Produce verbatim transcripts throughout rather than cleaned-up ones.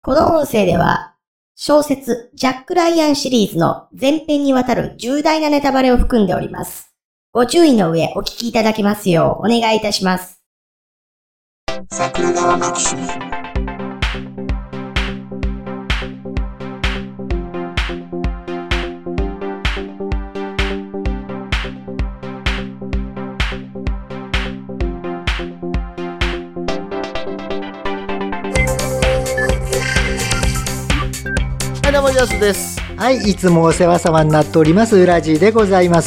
この音声では、小説ジャック・ライアンシリーズの前編にわたる重大なネタバレを含んでおります。ご注意の上お聞きいただきますようお願いいたします。 桜川マキシムはい、どうもジャスです。 はい、いつもお世話様になっておりますウラジーでございます。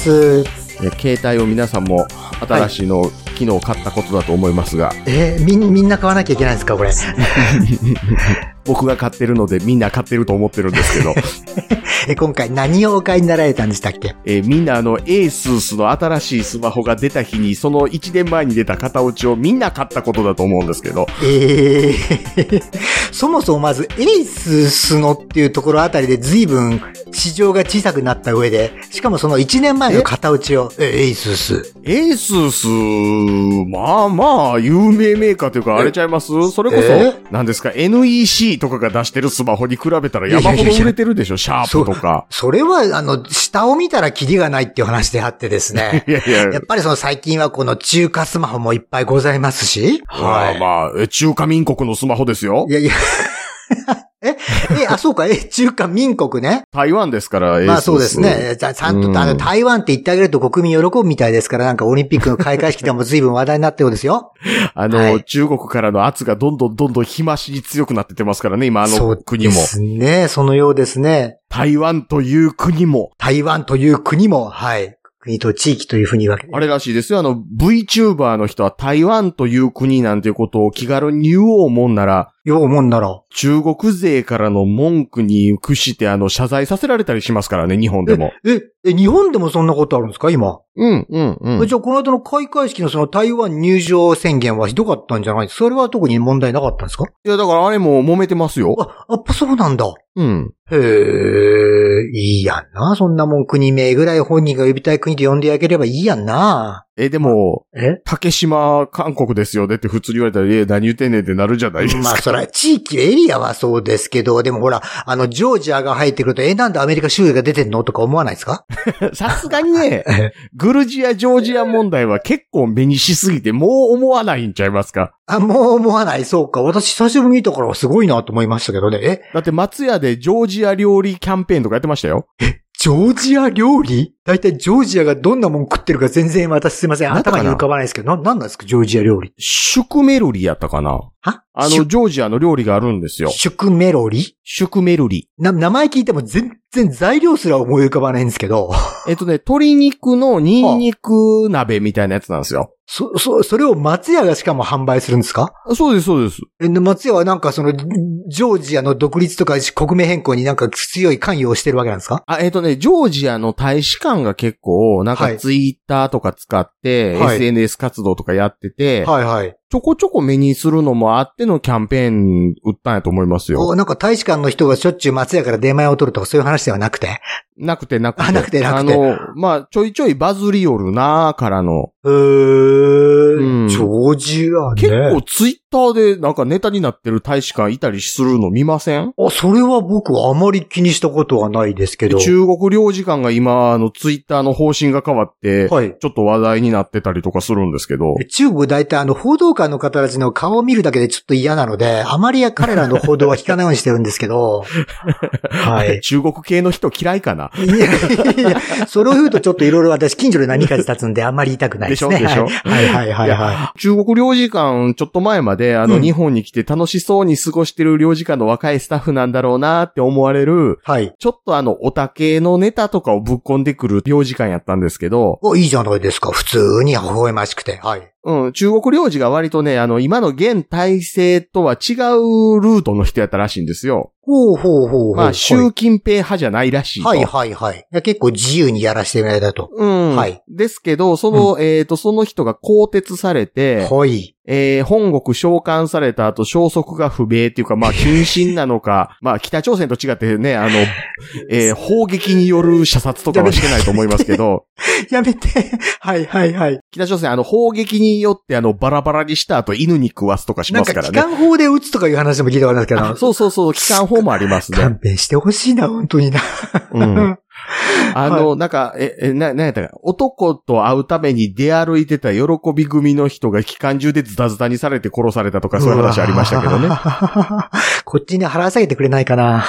え携帯を皆さんも新しいのを昨日買ったことだと思いますが、 えー、みみんな買わなきゃいけないんですかこれ僕が買ってるのでみんな買ってると思ってるんですけどえ今回何をお買いになられたんでしたっけ？ えー、みんなあの ASUS の新しいスマホが出た日にそのいちねんまえに出た型落ちをみんな買ったことだと思うんですけど、 えー、そもそもまず ASUS のっていうところあたりで随分市場が小さくなった上で、しかもそのいちねんまえの型落ちをえ ASUS ASUS まあまあ有名メーカーというかあれちゃいます？それこそ何ですか エヌイーシー とかが出してるスマホに比べたら山ほど売れてるでしょ。シャープとかそ, それはあの下を見たらキリがないっていう話であってですねいやいややっぱりその最近はこの中華スマホもいっぱいございますし、 はい、まあまあ中華民国のスマホですよ。 いやいやええ、あ、そうか、え、中華民国ね。 台湾ですから、 まあそうですね。ちゃんと、あの、台湾って言ってあげると国民喜ぶみたいですから、なんかオリンピックの開会式でも随分話題になったようですよ。 あの、はい、中国からの圧がどんどんどんどん日増しに強くなっててますからね、今あの国も。 そうですね、そのようですね。 台湾という国も。 台湾という国も、はい。国と地域というふうに言うわけです。 あれらしいですよ。あの、VTuber の人は台湾という国なんていうことを気軽に言おうもんなら、 言おうもんなら。 中国勢からの文句に屈してあの、謝罪させられたりしますからね、日本でも。 え、え、え日本でもそんなことあるんですか、今。 うん、うん、うん。 じゃあ、この後の開会式のその台湾入場宣言はひどかったんじゃないですか？それは特に問題なかったんですか？ いや、だからあれも揉めてますよ。 あ、やっぱそうなんだ。 うん。 へえ、いいやんな。そんなもん国名ぐらい本人が呼びたい国で呼んであげればいいやんな。 え、でも、 え竹島、韓国ですよねって普通に言われたら、え、何言ってんねんってなるじゃないですか。 まあ、そら、地域、エリアはそうですけど、でもほら、あの、ジョージアが入ってくると、え、なんでアメリカ州が出てんのとか思わないですか？ さすがにね、グルジア、ジョージア問題は結構目にしすぎて、もう思わないんちゃいますか？ あ、もう思わない。そうか。私久しぶりに見たからすごいなと思いましたけどね。えだって松屋でジョージア料理キャンペーンとかやってましたよ。 えジョージア料理？だいたいジョージアがどんなもん食ってるか全然私すいません。頭に浮かばないですけど、な、なんなんですかジョージア料理。 シュクメルリやったかな？ はあの、ジョージアの料理があるんですよ。 シュクメロリ？ シュクメルリ。 な、名前聞いても全然材料すら思い浮かばないんですけど。 えっとね、鶏肉のニンニク鍋みたいなやつなんですよ。 そ、そ、それを松屋がしかも販売するんですか？ そうです、そうです。 え、松屋はなんかその、ジョージアの独立とか国名変更になんか強い関与をしてるわけなんですか？ あ、えっとね、ジョージアの大使館が結構、なんかツイッターとか使って、はい、エスエヌエス 活動とかやってて、 はいはい。 ちょこちょこ目にするのもあってのキャンペーン売ったんやと思いますよ。 なんか大使館の人がしょっちゅう松屋から出前を取るとかそういう話ではなくてなくてなくて。 あ、なくてなくて。 あの、まあ、ちょいちょいバズりよるなーからの。 へー、うん。ジョージアね。 結構ツイッターでなんかネタになってる大使館いたりするの見ません？ あ、それは僕はあまり気にしたことはないですけど。 中国領事館が今、あの、ツイッターの方針が変わって、はい、ちょっと話題になってたりとかするんですけど。 中国大体あの、報道官の方たちの顔を見るだけでちょっと嫌なので、あまり彼らの報道は聞かないようにしてるんですけど。 はい。中国系の人嫌いかな？ いやいやいや、それを言うとちょっといろいろ私近所で何か立つんであんまり言いたくないですね。 でしょでしょはいはいはいはい。 中国領事館ちょっと前まであの、うん、日本に来て楽しそうに過ごしてる領事館の若いスタッフなんだろうなって思われる、はい。ちょっとあの、オタ系のネタとかをぶっ込んでくる領事館やったんですけど。 お、いいじゃないですか。普通に微笑ましくて。はい。 うん、中国領事が割とね、あの、今の現体制とは違うルートの人やったらしいんですよ。 ほうほうほうほう。 まあ、習近平派じゃないらしいと。 はいはいはい。いや結構自由にやらせてみられたと。 うん。はい。ですけど、その、うん、えっと、その人が更迭されて、はい。えー、本国召喚された後、消息が不明っていうか、まあ、謹慎なのか、まあ、北朝鮮と違ってね、あの、えー、砲撃による射殺とかはしてないと思いますけど。 やめて。はいはいはい。 北朝鮮、あの、砲撃によって、あの、バラバラにした後、犬に食わすとかしますからね。 なんか、機関砲で撃つとかいう話も聞いたことあるんですけど。 そうそうそう、機関砲もありますね。 勘弁してほしいな、本当にな。うん。 あの、はい、なんか、え、え、な、なんやったか、男と会うために出歩いてた喜び組の人が機関銃でズタズタにされて殺されたとかそういう話ありましたけどね。 こっちに払わ下げてくれないかな。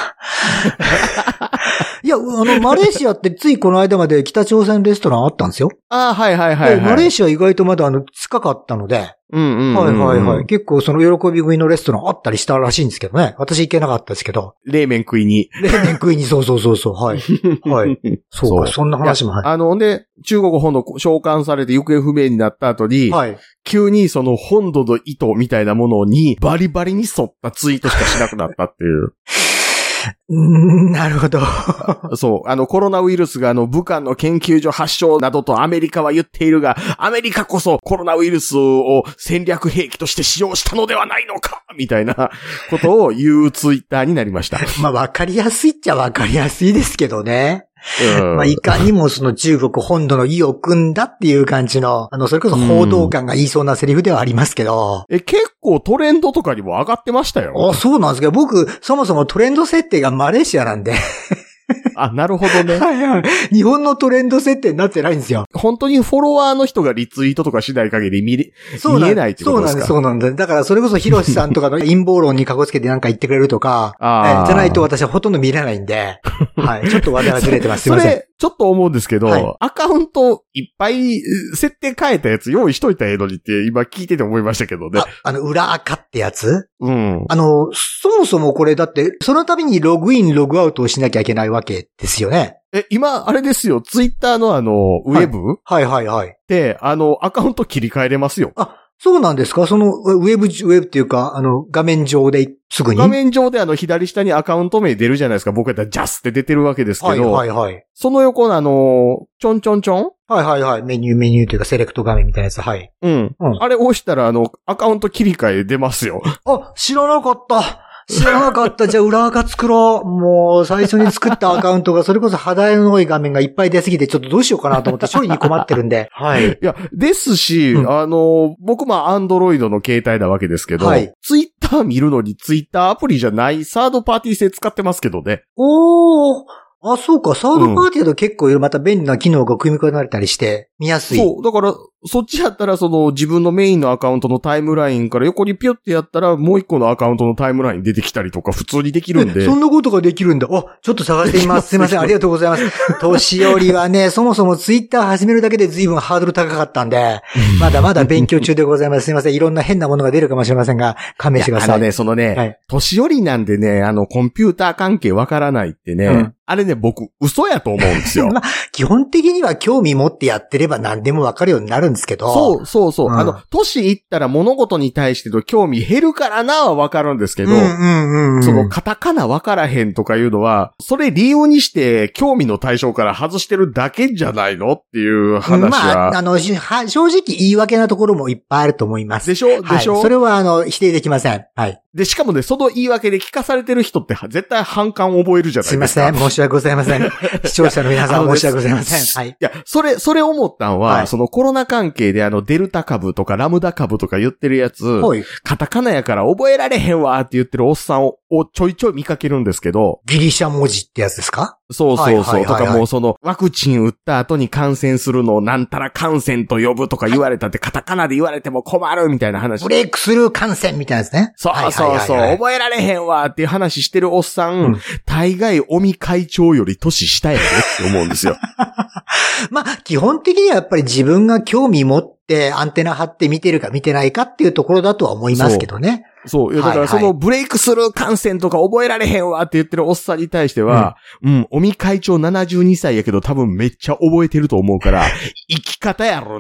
いや、あの、マレーシアってついこの間まで北朝鮮レストランあったんですよ。 ああ、はいはいはい、はい。 マレーシア意外とまだあの、近かったので。 うんうんうん、 はいはいはい。結構その喜び組のレストランあったりしたらしいんですけどね。私行けなかったですけど。 冷麺食いに。 冷麺食いに、そうそうそうそう。はい。はい。そうか、そんな話も。はい、 あの、で、中国本土召喚されて行方不明になった後に、はい。急にその本土の意図みたいなものにバリバリに沿ったツイートしかしなくなったっていう。 なるほど。 そう。あの、コロナウイルスがあの、武漢の研究所発祥などとアメリカは言っているが、アメリカこそコロナウイルスを戦略兵器として使用したのではないのかみたいなことを言うツイッターになりました。 まあ、わかりやすいっちゃわかりやすいですけどね。うん、まあ、いかにもその中国本土の意を組んだっていう感じの、あの、それこそ報道官が言いそうなセリフではありますけど。 うん、え、結構トレンドとかにも上がってましたよ。 あ、そうなんですけど、僕、そもそもトレンド設定がマレーシアなんで。 あ、なるほどね。 はいはい。日本のトレンド設定になってないんですよ。 本当にフォロワーの人がリツイートとかしない限り見れ、見えないってことですか？ そうなんです、そうなんです。だからそれこそヒロシさんとかの陰謀論にかこつけてなんか言ってくれるとか、あじゃないと私はほとんど見れないんで、はい。ちょっと話題がずれてます。すいません。 それ、ちょっと思うんですけど、はい、アカウントいっぱい設定変えたやつ用意しといたらええのにって今聞いてて思いましたけどね。 あ、あの、裏垢ってやつ？ うん。 あの、そもそもこれだって、その度にログイン、ログアウトをしなきゃいけないわけですよね。 え、今、あれですよ、ツイッターのあの、ウェブ、 はい、はいはいはい。 で、あの、アカウント切り替えれますよ。 あ、そうなんですか？その、ウェブ、ウェブっていうか、あの、画面上ですぐに画面上であの、左下にアカウント名出るじゃないですか。僕やったらジャスって出てるわけですけど。 はいはいはい。 その横のあの、ちょんちょんちょんはいはいはい。メニューメニューというかセレクト画面みたいなやつ。はい。 うん。うん、あれ押したらあの、アカウント切り替え出ますよ。 あ、知らなかった。知らなかった。じゃあ裏垢作ろう。もう最初に作ったアカウントがそれこそ肌色の多い画面がいっぱい出すぎてちょっとどうしようかなと思って処理に困ってるんで。はい。いや、ですし、うん、あの、僕もアンドロイドの携帯なわけですけど、はい、ツイッター見るのにツイッターアプリじゃないサードパーティー製使ってますけどね。 おー。あ、そうか。サードパーティーだと結構また便利な機能が組み込まれたりして見やすい。 そう。だから、そっちやったらその自分のメインのアカウントのタイムラインから横にピュってやったらもう一個のアカウントのタイムライン出てきたりとか普通にできるんで。 そんなことができるんだ。あ、ちょっと探してみます。すいません。ありがとうございます。年寄りはね、そもそもツイッター始めるだけで随分ハードル高かったんで、まだまだ勉強中でございます。すいません。いろんな変なものが出るかもしれませんが、勘弁してください。 いあのね、そのね、はい、年寄りなんでね、あの、コンピューター関係わからないってね、うん、あれね、僕、嘘やと思うんですよ。まあ、 基本的には興味持ってやってれば何でもわかるようになるんですけど。 そう、そうそう。うん、あの、年いったら物事に対しての興味減るからなはわかるんですけど、うんうんうん、そのカタカナわからへんとかいうのは、それ理由にして興味の対象から外してるだけじゃないのっていう話は。 まあ、あの、正直言い訳なところもいっぱいあると思います。 でしょでしょ、 はい、それはあの、否定できません。はい。 で、しかもね、その言い訳で聞かされてる人って絶対反感を覚えるじゃないですか。すいません。申し訳ございません。視聴者の皆さん申し訳ございません。はい。いや、それ、それ思ったんは、はい、そのコロナ関係であの、デルタ株とかラムダ株とか言ってるやつ、はい、カタカナやから覚えられへんわって言ってるおっさんを、をちょいちょい見かけるんですけど。 ギリシャ文字ってやつですか？ そうそうそう。とかもうその、ワクチン打った後に感染するのをなんたら感染と呼ぶとか言われたって、カタカナで言われても困るみたいな話。 ブレイクスルー感染みたいなやつね。 そうそうそう。覚えられへんわっていう話してるおっさん、うん、大概尾身会長より年下やでって思うんですよ。 まあ、基本的にはやっぱり自分が興味持ってアンテナ張って見てるか見てないかっていうところだとは思いますけどね。 そう。だからそのブレイクスルー感染とか覚えられへんわって言ってるおっさんに対しては、うん、うん、尾身会長ななじゅうにさいやけど多分めっちゃ覚えてると思うから、生き方やろな。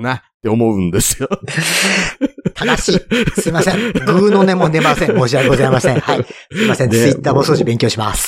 って思うんですよ。 正しい。すいません。グーの音も出ません。申し訳ございません。はい。すいません。ツイッターも少し勉強します。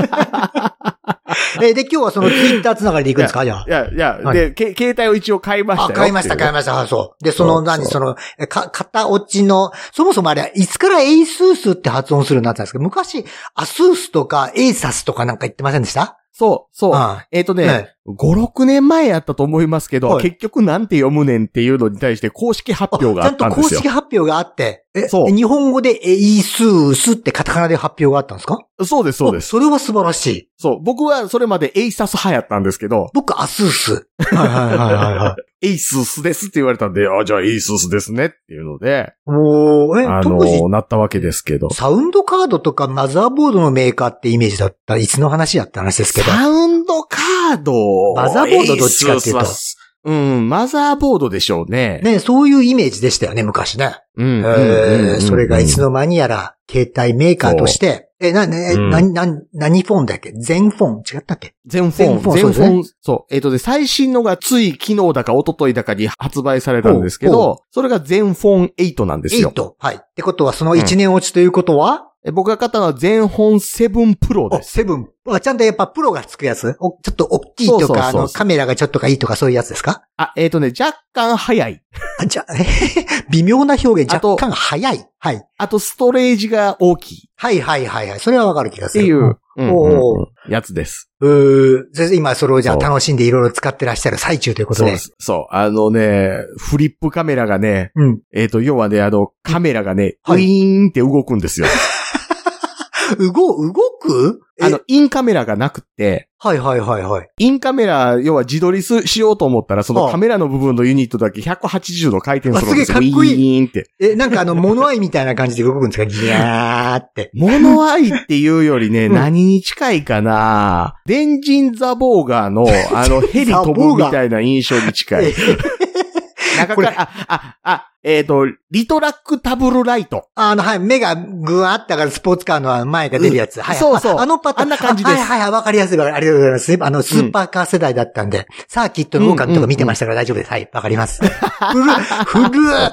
え、で、今日はそのツイッターつながりで行くんですかじゃあ。 いや、いや、 はい、 で、け、携帯を一応買いましたよ。 あ、買いました、買いました。あ、そう。で、その、何、その、か、型落ちの、そもそもあれ、いつからエイスースって発音するようになったんですか？昔、アスースとかエイサスとかなんか言ってませんでした？ そう、そう。 ああえっ、ー、とね、 ねご、ろくねんまえやったと思いますけど、 はい、 結局なんて読むねんっていうのに対して公式発表があったんですよ。 ちゃんと公式発表があって、え、 そう。 日本語でエイスースってカタカナで発表があったんですか？ そうです、そうです。 それは素晴らしい。 そう。僕はそれまでエイサス派やったんですけど。 僕、アスース。はいはいはいはい、はい。 エイスースですって言われたんで、あ、じゃあエイスースですねっていうので。 おー、え、 あ当時の、なったわけですけど。 サウンドカードとかマザーボードのメーカーってイメージだったらいつの話やった話ですけど。 サウンドカード。 マザーボードどっちかっていうと。 うん、マザーボードでしょうね。 ね、そういうイメージでしたよね、昔ね。 うん。 えー、それがいつの間にやら、携帯メーカーとして、え、な、ね、うん、な、な、何フォンだっけ？全フォン違ったっけ？ 全フォン。全フォン。そう。えっ、ー、とね、最新のがつい昨日だか一昨日だかに発売されたんですけど、それが全フォンエイトなんですよ。 エイト。はい。ってことは、そのいちねん落ちということは、 うん、僕が買ったのは全フォンセブンプロです。 セブン。ちゃんとやっぱプロがつくやつ？おちょっと大きいとか、そうそうそうそう、あの、カメラがちょっとかいいとかそういうやつですか？ あ、えっ、ー、とね、若干早い。 あ、じゃ、え微妙な表現、若干早い。はい。 あと、ストレージが大きい。 はいはいはいはい。それはわかる気がする。 っていう、うんうんうん、 やつです。 うー、それで今それをじゃあ楽しんでいろいろ使ってらっしゃる最中ということで。 そう、そう。あのね、フリップカメラがね、うん、えっ、ー、と、要はね、あの、カメラがね、ウィーンって動くんですよ。 動、動く？ あの、インカメラがなくて。 はいはいはいはい。 インカメラ、要は自撮りしようと思ったら、そのカメラの部分のユニットだけひゃくはちじゅうど回転するんですよ。 すげえかっこいい。 ウィーンって。 え、なんかあの、物合いみたいな感じで動くんですか？ギャーって。 物合いっていうよりね、うん、何に近いかな？デンジンザボーガーの、あの、ヘリ飛ぶみたいな印象に近い。中から、あ、あ、あ、えっ、ー、と、リトラックタブルライト。 あの、はい、目がぐわーって上がるスポーツカーの前が出るやつ。うん、はい。 そうそう。 あ, あのパターン。 あんな感じです。 はいはいはい、わかりやすい。ありがとうございます。あの、スーパーカー世代だったんで、うん、サーキットの動感とか見てましたから大丈夫です。はい、わかります。古っ古っ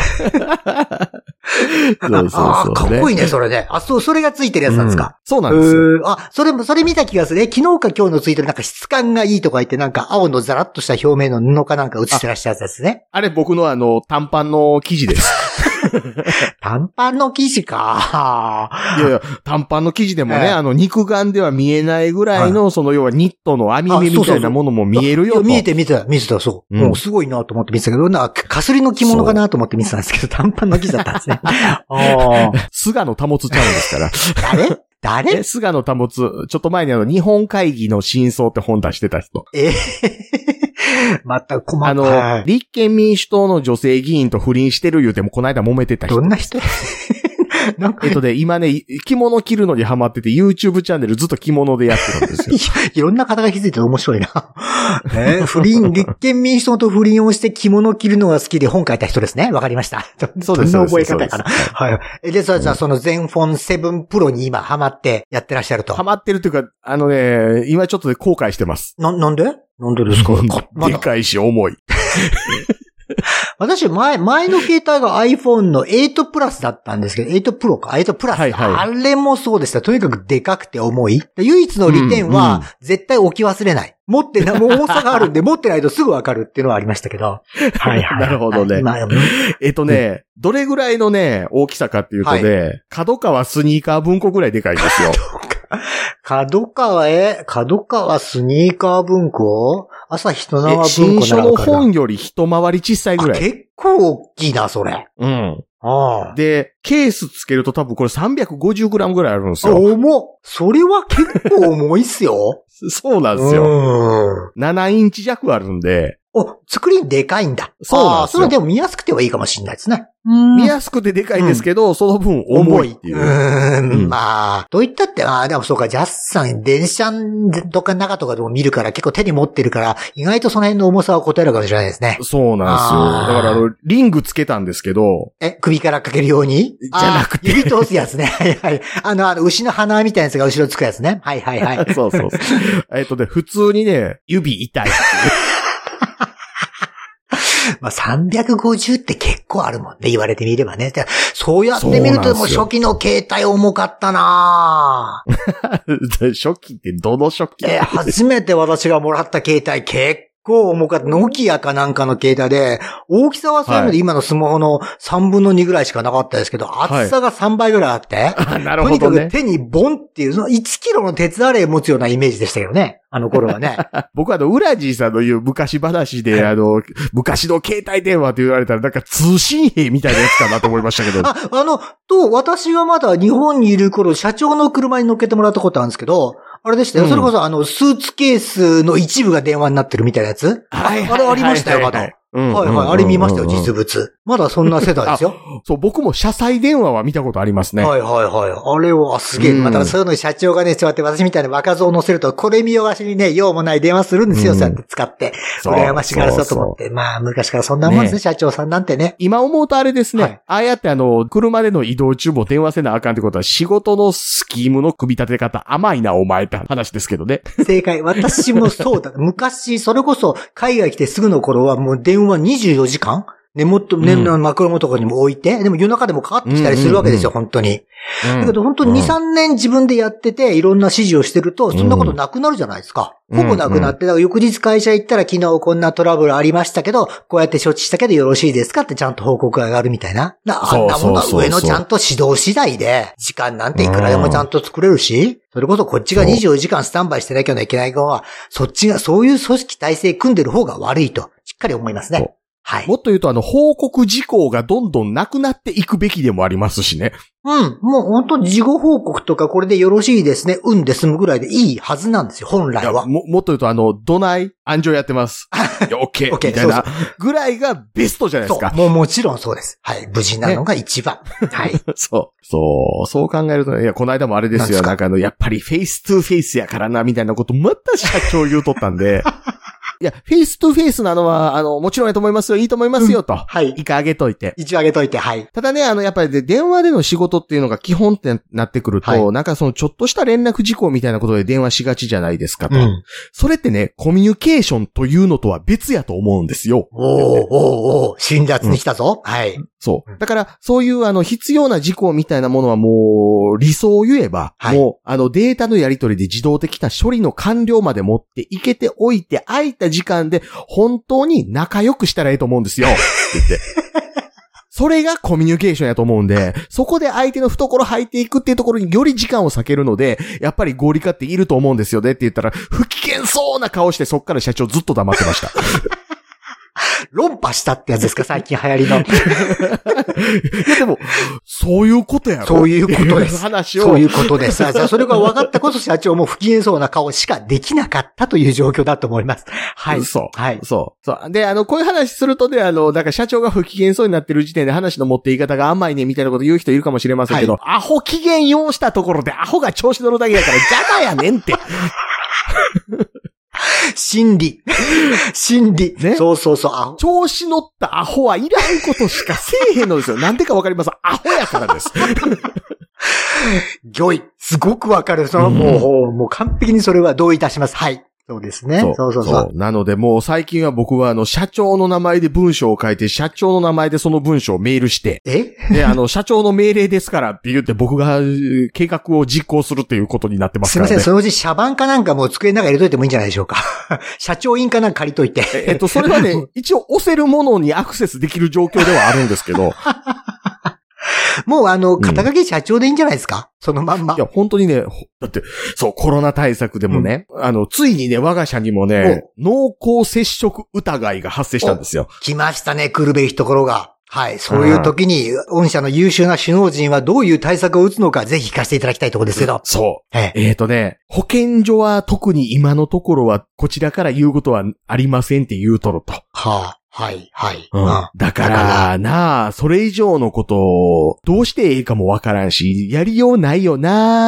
そうそうそう、ね。あ、かっこいいね、それね。あ、そう、それがついてるやつなんですか。うん、 そうなんですよ。 あ、それも、それ見た気がするね。昨日か今日のツイートでなんか質感がいいとか言って、なんか青のザラッとした表面の布かなんか映してらっしゃるやつですね。 あ, あれ僕のあの、短パンの生地です。 短パンの生地か。 いやいや、短パンの生地でもね、えー、あの、肉眼では見えないぐらいの、はい、その、要はニットの網目みたいなものも見えるよと。 そうそうそう、見えて見てた、見てた、そう。うん、もうすごいなと思って見てたけど、なんか、かすりの着物かなと思って見てたんですけど、短パンの生地だったんですね。あ菅野保ちゃうんですから。 誰誰え、菅野保、ちょっと前にあの、日本会議の真相って本出してた人。 えーまた困った。 あの、立憲民主党の女性議員と不倫してる言うてもこの間揉めてた人。 どんな人なんかえっとね、今ね、着物着るのにハマってて YouTube チャンネルずっと着物でやってるんですよ。 い, いろんな方が気づいて面白いな。ね、不倫、立憲民主党と不倫をして着物着るのが好きで本書いた人ですね。わかりました。 そうです。 どんな覚え方かな。はい。で、それじゃあそのゼンフォンセブンプロに今ハマってやってらっしゃると。 ハマってるっていうか、あのね、今ちょっとで後悔してます。 な、なんでなんでですか？ でかいし重い。 私、前、前の携帯が iPhone のエイトプラスだったんですけど、エイトプロか、エイトプラス。はいはい。あれもそうでした。とにかくでかくて重い。唯一の利点は、うんうん、絶対置き忘れない。持ってな、もう重さがあるんで、持ってないとすぐわかるっていうのはありましたけど。はいはい。 なるほどね。はい、えっとね、うん、どれぐらいのね、大きさかっていうとね、はい、角川スニーカー文庫ぐらいでかいんですよ。 角川へ、角川スニーカー文庫朝日と縄文庫新書の本より一回り小さいぐらい。 結構大きいな、それ。 うん。ああ。で、ケースつけると多分これ さんびゃくごじゅうグラム ぐらいあるんですよ。 重っ。それは結構重いっすよ。 そうなんですよ。うん。ななインチ弱あるんで。 お、作りでかいんだ。 そうなんですよ。 それでも見やすくてはいいかもしれないですね。 見やすくてでかいんですけど、うん、その分重いっていう。 うーん、うん、まあ、と言ったって、ああ、でもそうか、ジャスさん、電車とか中とかでも見るから結構手に持ってるから、意外とその辺の重さは答えるかもしれないですね。 そうなんですよ。だからあの、リングつけたんですけど。 え、首からかけるようにじゃなくて。 指通すやつね。はいはい。あの、あの、牛の鼻みたいなやつが後ろつくやつね。はいはいはい。 そうそうそう。えっとね、普通にね、指痛いっていう。 まあ、さんびゃくごじゅうって結構あるもんね、言われてみればね。そうやって見るともう初期の携帯重かったなぁ。初期ってどの初期？ えー、初めて私がもらった携帯結構重かった。ノキアかなんかの携帯で、大きさはそういう意味で今のスマホのさんぶんのにぐらいしかなかったですけど、はい、厚さがさんばいぐらいあって、 あ、なるほどね。とにかく手にボンっていう、そのいちキロの鉄アレイ持つようなイメージでしたけどね。あの頃はね。 僕はあの、ウラジーさんの言う昔話で、はい、あの、昔の携帯電話って言われたら、なんか通信兵みたいなやつかなと思いましたけど。 あ、あの、と、私がまだ日本にいる頃、社長の車に乗っけてもらったことあるんですけど、あれでしたよ。うん、それこそあの、スーツケースの一部が電話になってるみたいなやつ。 はい、 あれありましたよ、まだ。うんはいはい。あれ見ましたよ、実物。まだそんな世代ですよ。 そう、僕も車載電話は見たことありますね。 はいはいはい。あれを、あ、すげえ。またそういうの社長がね、ちょっと待って、私みたいな若造を乗せると、これ見よがしにね、用もない電話するんですよ、うん、そうやって使って。羨ましがらそうと思って。まあ、昔からそんなもんですね、社長さんなんてね。 今思うとあれですね。はい、ああやってあの、車での移動中も電話せなあかんってことは、仕事のスキームの組み立て方甘いな、お前って話ですけどね。 正解。私もそうだ。昔、それこそ、海外来てすぐの頃は、もう電話にじゅうよじかん根元、念の枕元とかにも置いて、でも夜中でもかかってきたりするわけですよ、うんうんうん、本当に。うん、だけど本当にに、さんねん自分でやってて、いろんな指示をしてると、そんなことなくなるじゃないですか。うん、ほぼなくなって、だから翌日会社行ったら昨日こんなトラブルありましたけど、こうやって処置したけどよろしいですかってちゃんと報告が上がるみたいな。あんなものは上のちゃんと指導次第で、時間なんていくらでもちゃんと作れるし、それこそこっちがにじゅうよじかんスタンバイしてなきゃいけない側は、そっちがそういう組織体制組んでる方が悪いと、しっかり思いますね。はい。 もっと言うと、あの、報告事項がどんどんなくなっていくべきでもありますしね。 うん。もう本当に事後報告とかこれでよろしいですね。うんで済むぐらいでいいはずなんですよ、本来は。 も、もっと言うと、あの、どない暗唱やってます。いや、オッケー。みたいな。そうそうぐらいがベストじゃないですか。 そう。もうもちろんそうです。はい。無事なのが一番。ね、はい。 そう。そう。そう考えると、いや、この間もあれですよ。なんかあの、やっぱりフェイストゥフェイスやからな、みたいなことまた社長言うとったんで。いや、フェイストゥフェイスなのは、あの、もちろんやと思いますよ。いいと思いますよ、と。うん、はい。一回上げといて。 一応上げといて、はい。 ただね、あの、やっぱり電話での仕事っていうのが基本ってなってくると、はい、なんかそのちょっとした連絡事項みたいなことで電話しがちじゃないですかと。うん、それってね、コミュニケーションというのとは別やと思うんですよ。 おー、おー、おー、辛辣に来たぞ。うん、はい。 そう。だから、そういうあの、必要な事項みたいなものはもう、理想を言えば、はい、もう、あの、データのやり取りで自動的な処理の完了まで持っていけておいて、空いた時間で、本当に仲良くしたらいいと思うんですよ。って言って。それがコミュニケーションやと思うんで、そこで相手の懐入っていくっていうところにより時間を割けるので、やっぱり合理化っていると思うんですよねって言ったら、不機嫌そうな顔してそっから社長ずっと黙ってました。 論破したってやつですか、最近流行りの。いやでも、そういうことやろ。 そういうことです。 話を。 そういうことです。じゃあそれが分かったこと社長も不機嫌そうな顔しかできなかったという状況だと思います。はい。 そう。 はい。 そう。そう。で、あの、こういう話するとね、あの、だから社長が不機嫌そうになってる時点で話の持って言い方が甘いねみたいなこと言う人いるかもしれませんけど、はい、アホ機嫌用したところでアホが調子乗るだけやから邪魔やねんって。 心理。心理。ね。そうそうそう。アホ。 調子乗ったアホはいらんことしかせえへんのですよ。なんでかわかります？アホやからです。 ギョイ。すごくわかる。その、うん、もう、もう完璧にそれは同意いたします。はい。そうですね。そうそうそうそう。そうなのでもう最近は僕はあの社長の名前で文章を書いて社長の名前でその文章をメールして。 えで、あの社長の命令ですからって言って僕が計画を実行するっていうことになってますからね。 すいません、そのうち社番かなんかもう机の中に入れといてもいいんじゃないでしょうか。社長印かなんか借りといて。 えっと、それはね、一応押せるものにアクセスできる状況ではあるんですけど。 もうあの、肩書き社長でいいんじゃないですか、うん、そのまんま。 いや、本当にね、だって、そう、コロナ対策でもね、うん、あの、ついにね、我が社にもね、濃厚接触疑いが発生したんですよ。 来ましたね、来るべきところが。はい。そういう時に、御社の優秀な首脳陣はどういう対策を打つのか、ぜひ聞かせていただきたいところですけど。 そう。ええーとね、保健所は特に今のところは、こちらから言うことはありませんって言うとると。 はあ。はい、はい。 うん。だから、なあ、それ以上のことを、どうしてええかもわからんし、やりようないよな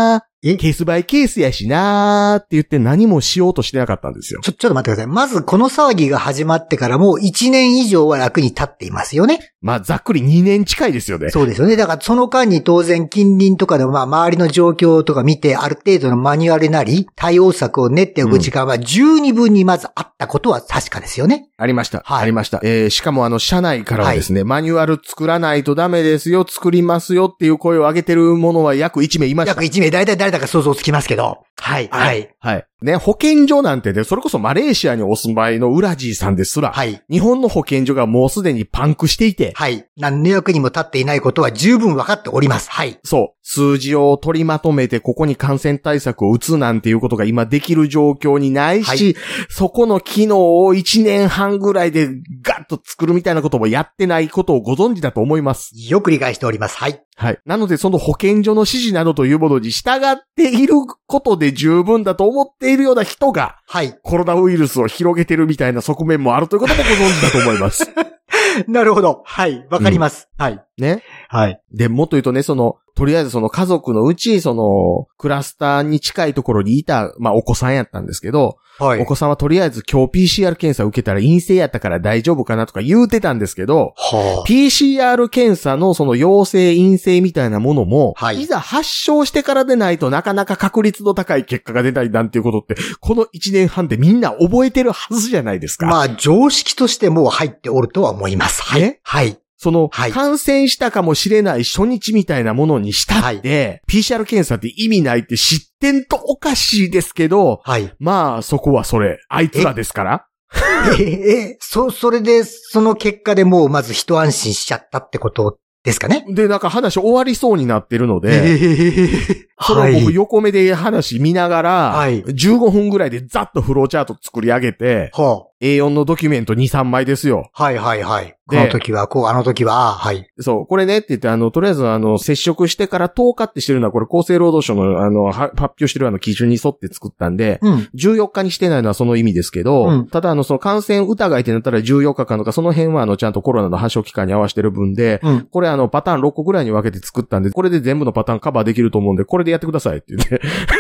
えケースバイケースやしなーって言って何もしようとしてなかったんですよ。 ちょ、ちょっと待ってください。まずこの騒ぎが始まってからもういちねん以上は楽に経っていますよね。 まあ、ざっくりにねん近いですよね。 そうですよね。だからその間に当然近隣とかでもまあ周りの状況とか見てある程度のマニュアルなり対応策を練っておく時間は十二分にまずあったことは確かですよね。 ありました。 はいありました。えー、しかもあの、社内からはですね、はい、マニュアル作らないとダメですよ、作りますよっていう声を上げてるものは約いちめいました。 約いちめい、だいたい誰だか想像つきますけど。はい、はい。 はい。ね、保健所なんてね、それこそマレーシアにお住まいのウラジーさんですら、はい。日本の保健所がもうすでにパンクしていて、 はい。何の役にも立っていないことは十分分かっております。はい。 そう。数字を取りまとめて、ここに感染対策を打つなんていうことが今できる状況にないし、はい、そこの機能をいちねんはんぐらいでガッと作るみたいなこともやってないことをご存知だと思います。 よく理解しております。はい。 はい。なので、その保健所の指示などというものに従っていることで十分だと思っているような人が、はい。コロナウイルスを広げてるみたいな側面もあるということもご存知だと思います。 なるほど。はい。わかります、うん。はい。 ね。 はい。 で、もっと言うとね、その、とりあえずその家族のうち、その、クラスターに近いところにいた、まあ、お子さんやったんですけど、はい。お子さんはとりあえず今日 ピーシーアール 検査を受けたら陰性やったから大丈夫かなとか言うてたんですけど、はあ、ピーシーアール 検査のその陽性陰性みたいなものも、はい。いざ発症してからでないとなかなか確率の高い結果が出ないなんていうことって、このいちねんはんでみんな覚えてるはずじゃないですか。 まあ、常識としてもう入っておるとは思います。はい。ね、はい。 その、はい、感染したかもしれない初日みたいなものにしたって、はい、ピーシーアール 検査って意味ないって知ってんとおかしいですけど、はい、まあそこはそれ、あいつらですから。 え、え、そ、それで、その結果でもうまず一安心しちゃったってことですかね。 で、なんか話終わりそうになってるので、えー、それを僕横目で話見ながら、はい、じゅうごふんぐらいでザッとフローチャート作り上げて、はあ、エーよん のドキュメントに、さんまいですよ。 はいはいはい。この時はこう、あの時は、はい。 そう、これねって言って、あの、とりあえずあの、接触してからとおかってしてるのは、これ厚生労働省のあの、発表してるあの基準に沿って作ったんで、うん、じゅうよっかにしてないのはその意味ですけど、うん、ただあの、その感染疑いってなったらじゅうよっかかんとか、その辺はあの、ちゃんとコロナの発症期間に合わせてる分で、うん、これあの、パターンろっこぐらいに分けて作ったんで、これで全部のパターンカバーできると思うんで、これでやってくださいって言って、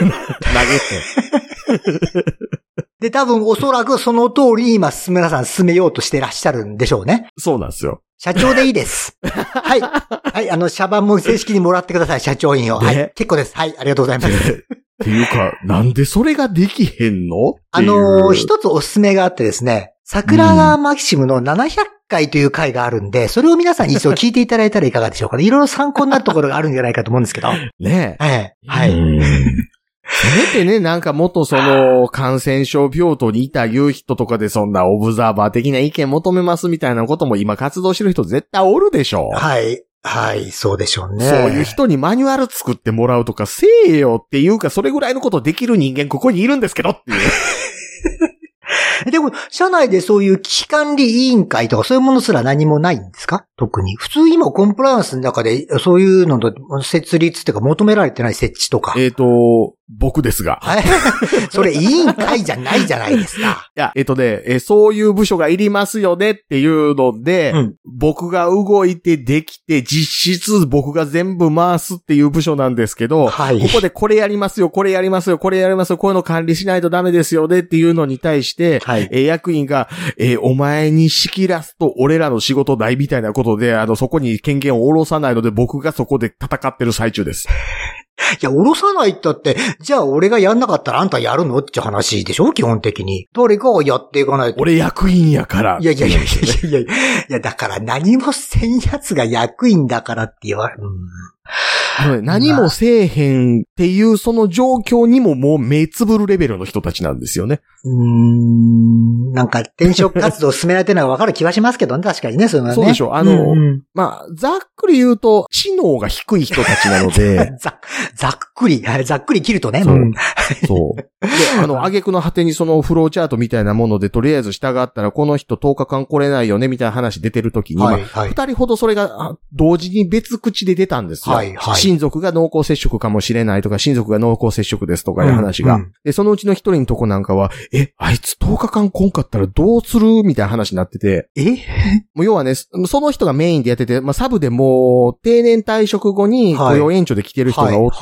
投げて。 で、多分おそらくその通りに今、皆さん進めようとしてらっしゃるんでしょうね。 そうなんですよ。 社長でいいです。はい。はい、あの、社番も正式にもらってください、社長員を。はい。結構です。はい、ありがとうございます。 っていうか、なんでそれができへんのあのー、一つおすすめがあってですね、桜川マキシムのななひゃっかいという回があるんで、それを皆さんに一度聞いていただいたらいかがでしょうかね。いろいろ参考になるところがあるんじゃないかと思うんですけど。 ねえ。 はい。はい。 せめてね、なんかもっとその、感染症病棟にいた言う人とかでそんなオブザーバー的な意見求めますみたいなことも今活動してる人絶対おるでしょ。 はい。はい、そうでしょうね。 そういう人にマニュアル作ってもらうとかせえよっていうか、それぐらいのことできる人間ここにいるんですけどっていう。 でも、社内でそういう危機管理委員会とかそういうものすら何もないんですか？特に。普通今コンプライアンスの中でそういうのの設立っていうか求められてない設置とか。 えっと、僕ですが。 それ委員会じゃないじゃないですか。 いや、えっとね、え、そういう部署がいりますよねっていうので、うん、僕が動いてできて実質僕が全部回すっていう部署なんですけど、はい、ここでこれやりますよ、これやりますよ、これやりますよ、こういうの管理しないとダメですよねっていうのに対して、はい、え役員が、えー、お前に仕切らすと俺らの仕事ないみたいなことで、あの、そこに権限を下ろさないので僕がそこで戦ってる最中です。 いや、下ろさないったって、じゃあ俺がやんなかったらあんたやるのって話でしょ基本的に。誰かがやっていかないと。 俺役員やから。 いやいやいやいやいやいや、だから何もせんやつが役員だからって言われる。 うん、何もせえへんっていうその状況にももう目つぶるレベルの人たちなんですよね。 うーん。なんか転職活動を進められてるのがわかる気はしますけどね、確かにね、そういうのはね。 そうでしょ。あの、うんうん、まあ、ざっくり言うと、知能が低い人たちなので。 ざ、ざっくり、ざっくり切るとね。 そう。うん、そう。で、あの、挙句の果てにそのフローチャートみたいなもので、とりあえず従ったら、この人とおかかん来れないよね、みたいな話出てるときに、はいはい、二人ほどそれが同時に別口で出たんですよ。はいはい、親族が濃厚接触かもしれないとか、親族が濃厚接触ですとかいう話が。うんうん、で、そのうちの一人のとこなんかは、え、あいつとおかかん来んかったらどうするみたいな話になってて。 えもう要はね、その人がメインでやってて、まあ、サブでもう定年退職後に雇用延長で来てる人がおって、はいはいはい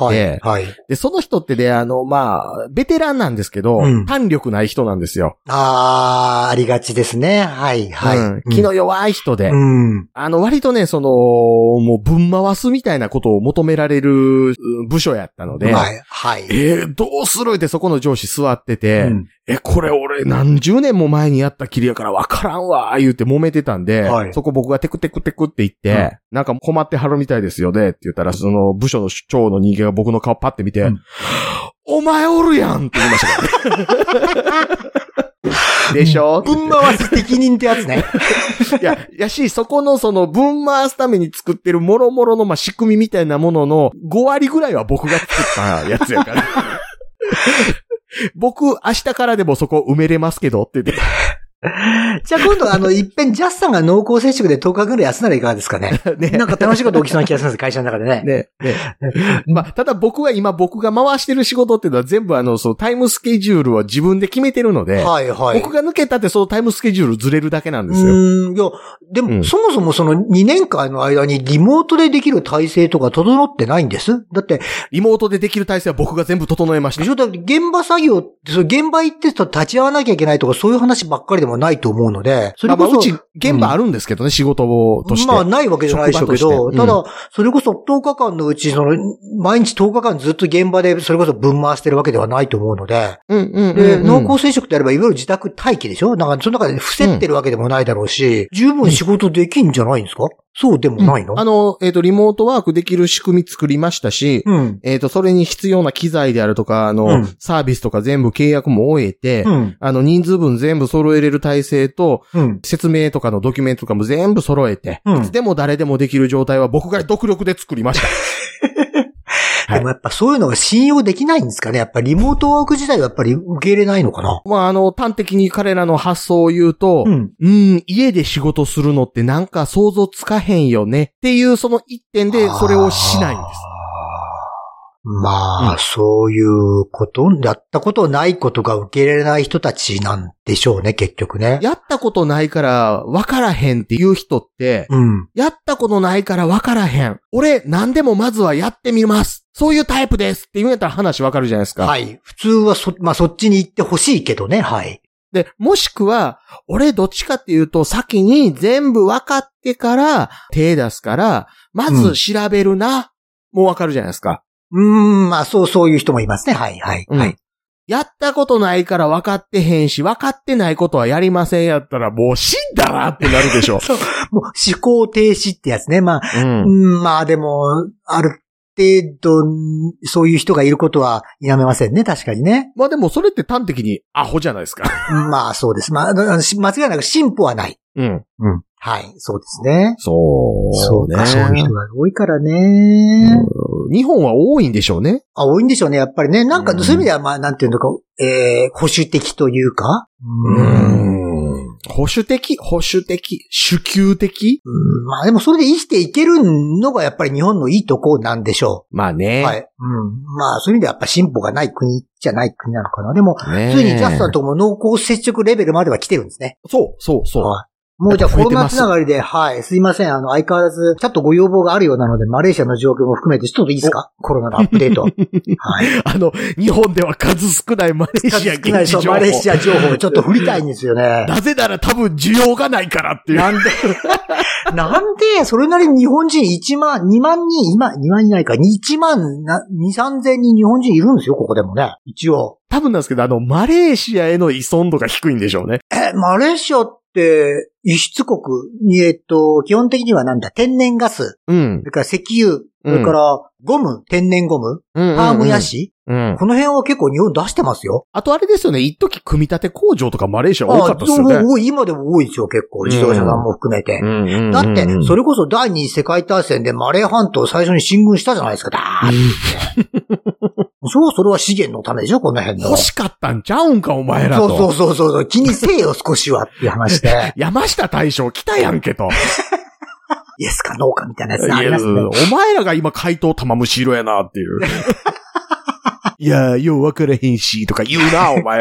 はい。 で、その人ってね、あの、まあ、ベテランなんですけど、うん、胆力ない人なんですよ。 あー、ありがちですね。はい、はい。うん、 気の弱い人で、うん。あの、割とね、その、もう、ぶん回すみたいなことを求められる部署やったので、 はい、はい。 えー、どうするってそこの上司座ってて、うん、え、これ俺何十年も前にやったきりやからわからんわ、言うて揉めてたんで、はい、そこ僕がテクテクテクって言って、うん、なんか困ってはるみたいですよねって言ったら、その部署の長の人間が僕の顔パッて見て、うん、お前おるやんって言いましたからね。でしょ？ 分回す適任ってやつね。 いや、やし、そこのその分回すために作ってる諸々のまあ仕組みみたいなもののご割ぐらいは僕が作ったやつやから。僕、明日からでもそこ埋めれますけどって言って。 じゃあ今度あの、いっぺんジャスさんが濃厚接触でとおかぐらい休んだらいかがですかね。ね。なんか楽しいこと起きそうな気がするんです、会社の中でね。 ね。ね。まあ、ただ僕は今僕が回してる仕事っていうのは全部あの、そう、タイムスケジュールは自分で決めてるので。はいはい。僕が抜けたってそのタイムスケジュールずれるだけなんですよ。 うん。いや、でも、うん、そもそもそのにねんかんの間にリモートでできる体制とか整ってないんです。だって。 リモートでできる体制は僕が全部整えました。 でしょ？だって現場作業って、その現場行って立ち会わなきゃいけないとかそういう話ばっかりでもないと思うので。 それこそ、まあ、うち、現場あるんですけどね、うん、仕事として。 まあ、ないわけじゃないでしょうけど、うん、ただ、それこそとおかかんのうち、その、毎日とおかかんずっと現場で、それこそ分回してるわけではないと思うので、うんうんうんうん、で、濃厚接触であれば、いわゆる自宅待機でしょ？なんか、その中で伏せってるわけでもないだろうし、うん、十分仕事できんじゃないんですか？そうでもないの？ うん、あの、えっ、ー、と、リモートワークできる仕組み作りましたし、うん、えっ、ー、と、それに必要な機材であるとか、あの、うん、サービスとか全部契約も終えて、うん、あの、人数分全部揃えれる体制と、うん、説明とかのドキュメントとかも全部揃えて、うん、いつでも誰でもできる状態は僕が独力で作りました。 でもやっぱそういうのが信用できないんですかね。やっぱりリモートワーク自体はやっぱり受け入れないのかな。 まああの、端的に彼らの発想を言うと、うん、うん、家で仕事するのってなんか想像つかへんよねっていうその一点でそれをしないんです。 まあ、うん、そういうこと、やったことないことが受け入れられない人たちなんでしょうね、結局ね。 やったことないから分からへんっていう人って、うん、やったことないから分からへん。俺、何でもまずはやってみます。そういうタイプですって言うんやったら話分かるじゃないですか。 はい。普通はそ、まあそっちに行ってほしいけどね、はい。 で、もしくは、俺どっちかっていうと、先に全部分かってから手出すから、まず調べるな。うん、もう分かるじゃないですか。 うーん、まあそう、そういう人もいますね。はい、はい、はい、うん。 やったことないから分かってへんし、分かってないことはやりませんやったらもう死んだなってなるでしょ。 そう。もう思考停止ってやつね。まあ、うん、うんまあでも、ある程度、そういう人がいることは否めませんね。確かにね。 まあでもそれって端的にアホじゃないですか。 まあそうです。まあ、間違いなく進歩はない。うん。うん。はい。そうですね。 そう、ね。 そうか、そういう人が多いからね。 日本は多いんでしょうね。 あ、多いんでしょうね。やっぱりね。なんか、そういう意味では、まあ、なんていうのか、えー、保守的というか。 うーん。保守的保守的主級的うん。まあでもそれで生きていけるのがやっぱり日本のいいとこなんでしょう。まあね。 はい。うん。まあそういう意味ではやっぱ進歩がない国じゃない国なのかな。でも、ついにジャスさんとも濃厚接触レベルまでは来てるんですね。 そう、そう、そう。 はい。もうじゃあコロナつながりで、はい、すいません。あの、相変わらず、ちょっとご要望があるようなので、マレーシアの状況も含めて、ちょっといいですか？コロナのアップデート。はい。 あの、日本では数少ないマレーシア現地情報。 マレーシア情報をちょっと振りたいんですよね。 なぜなら多分需要がないからっていう。 なんで、なんで、それなりに日本人いちまん、にまんにん、今、にまんいないか、いちまんに、さんぜんにん日本人いるんですよ、ここでもね。一応。 多分なんですけど、あの、マレーシアへの依存度が低いんでしょうね。 え、マレーシアって、輸出国に、えっと、基本的にはなんだ、天然ガス。うん。それから石油。それから、ゴム、天然ゴム。うん。パームヤシ。うん。この辺は結構日本出してますよ。 あとあれですよね、一時組み立て工場とかマレーシア多かったですよね。 あ、今でも多いですよ、結構。自動車さんも含めて。うん。うん、だって、それこそ第二次世界大戦でマレー半島を最初に進軍したじゃないですか、だーって。そう、それは資源のためでしょ、この辺の。 欲しかったんちゃうんか、お前らと。 そうそうそうそう、気にせえよ、少しはっていう話で。 山下大将来たやんけと。 イエスかノーかみたいなやつありますね。 お前らが今回答玉虫色やなっていう。いや、よう分からへんし、とか言うな、お前らって。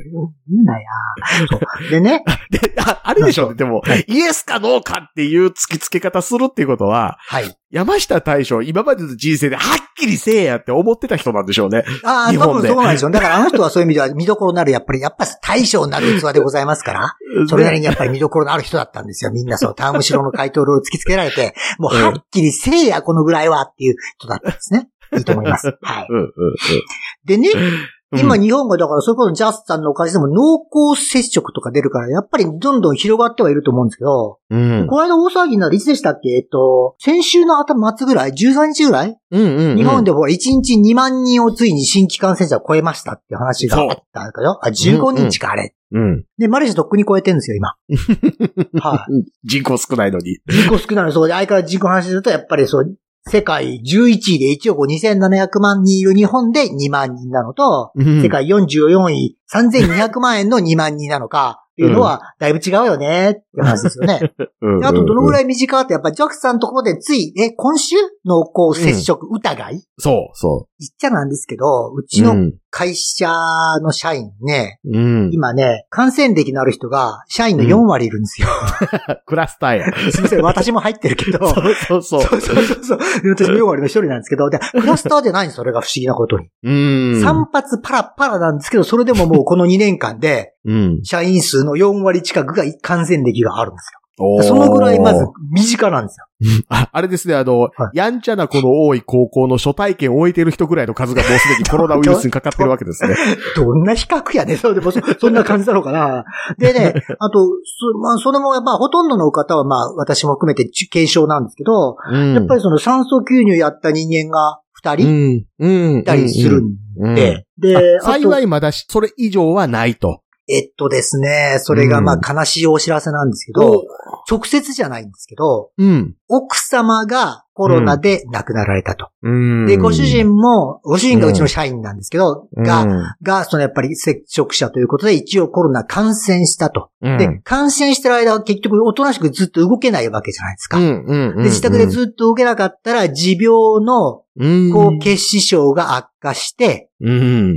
言うなや。でね。 で、あ、あれでしょうね。でも、はい、イエスかノーかっていう突きつけ方するっていうことは、はい。山下大将、今までの人生ではっきりせえやって思ってた人なんでしょうね。 ああ、多分そうなんでしょう。だからあの人はそういう意味では見どころになる、やっぱり、やっぱ大将になる器でございますから、それなりにやっぱり見どころのある人だったんですよ。みんなそう、タウムシロの回答ルール突きつけられて、もうはっきりせえや、このぐらいはっていう人だったんですね。いいと思います。はい。うんうんうん、でね、今日本がだからそれこそジャスさんのおかげでも濃厚接触とか出るから、やっぱりどんどん広がってはいると思うんですけど、うん、この間大騒ぎになるいつでしたっけえっと、先週の頭末ぐらい ?じゅうさんにちぐらい、うんうんうん、日本でほらいちにちにまんにんをついに新規感染者を超えましたっていう話があったんだけど、あ、じゅうごにんちかあれ。うんうん、で、マレーシアとっくに超えてるんですよ、今。 はい。人口少ないのに。 人口少ないのに、そうで、相変わらず人口の話すると、やっぱりそう、世界じゅういちいでいちおくにせんななひゃくまんにんいる日本でにまんにんなのと、うん、世界よんじゅうよんいさんぜんにひゃくまんえんのにまんにんなのか、っていうのは、だいぶ違うよね、っていう話ですよね。うん、あと、どのぐらい短かって、やっぱりジャックさんのところでつい、え、今週濃厚接触疑い、うん、 そう、そう。 言っちゃなんですけど、うちの会社の社員ね、うん、今ね、感染歴のある人が、社員のよんわりいるんですよ。 うん、クラスターや。 すみません、私も入ってるけど。 そうそうそう。そうそうそう。私もよんわりの一人なんですけど、で、クラスターじゃないんです、それが不思議なことに。うん。さん発パラパラなんですけど、それでももうこのにねんかんで、うん、社員数のよんわり近くが感染歴があるんですよ。そのぐらいまず身近なんですよ。 あ, あれですね、あの、はい、やんちゃな子の多い高校の初体験を終えている人ぐらいの数がもうすでにコロナウイルスにかかってるわけですね。 どんな比較やね。そうでもそ、そんな感じだろうかな。でね、あと、そ, まあ、それも、まあ、ほとんどの方は、まあ、私も含めて軽症なんですけど、うん、やっぱりその酸素吸入やった人間が二人、うん、いたりするんで、うんうんうん、 で、幸いまだそれ以上はないと。 えっとですね、それがまあ悲しいお知らせなんですけど、うん、直接じゃないんですけど、うん、奥様がコロナで亡くなられたと。うん、で、ご主人も、ご主人がうちの社員なんですけど、うん、が、が、そのやっぱり接触者ということで一応コロナ感染したと。うん、で、感染してる間は結局おとなしくずっと動けないわけじゃないですか。うんうんうんうん、で、自宅でずっと動けなかったら持病の高血脂症が悪化して、うん、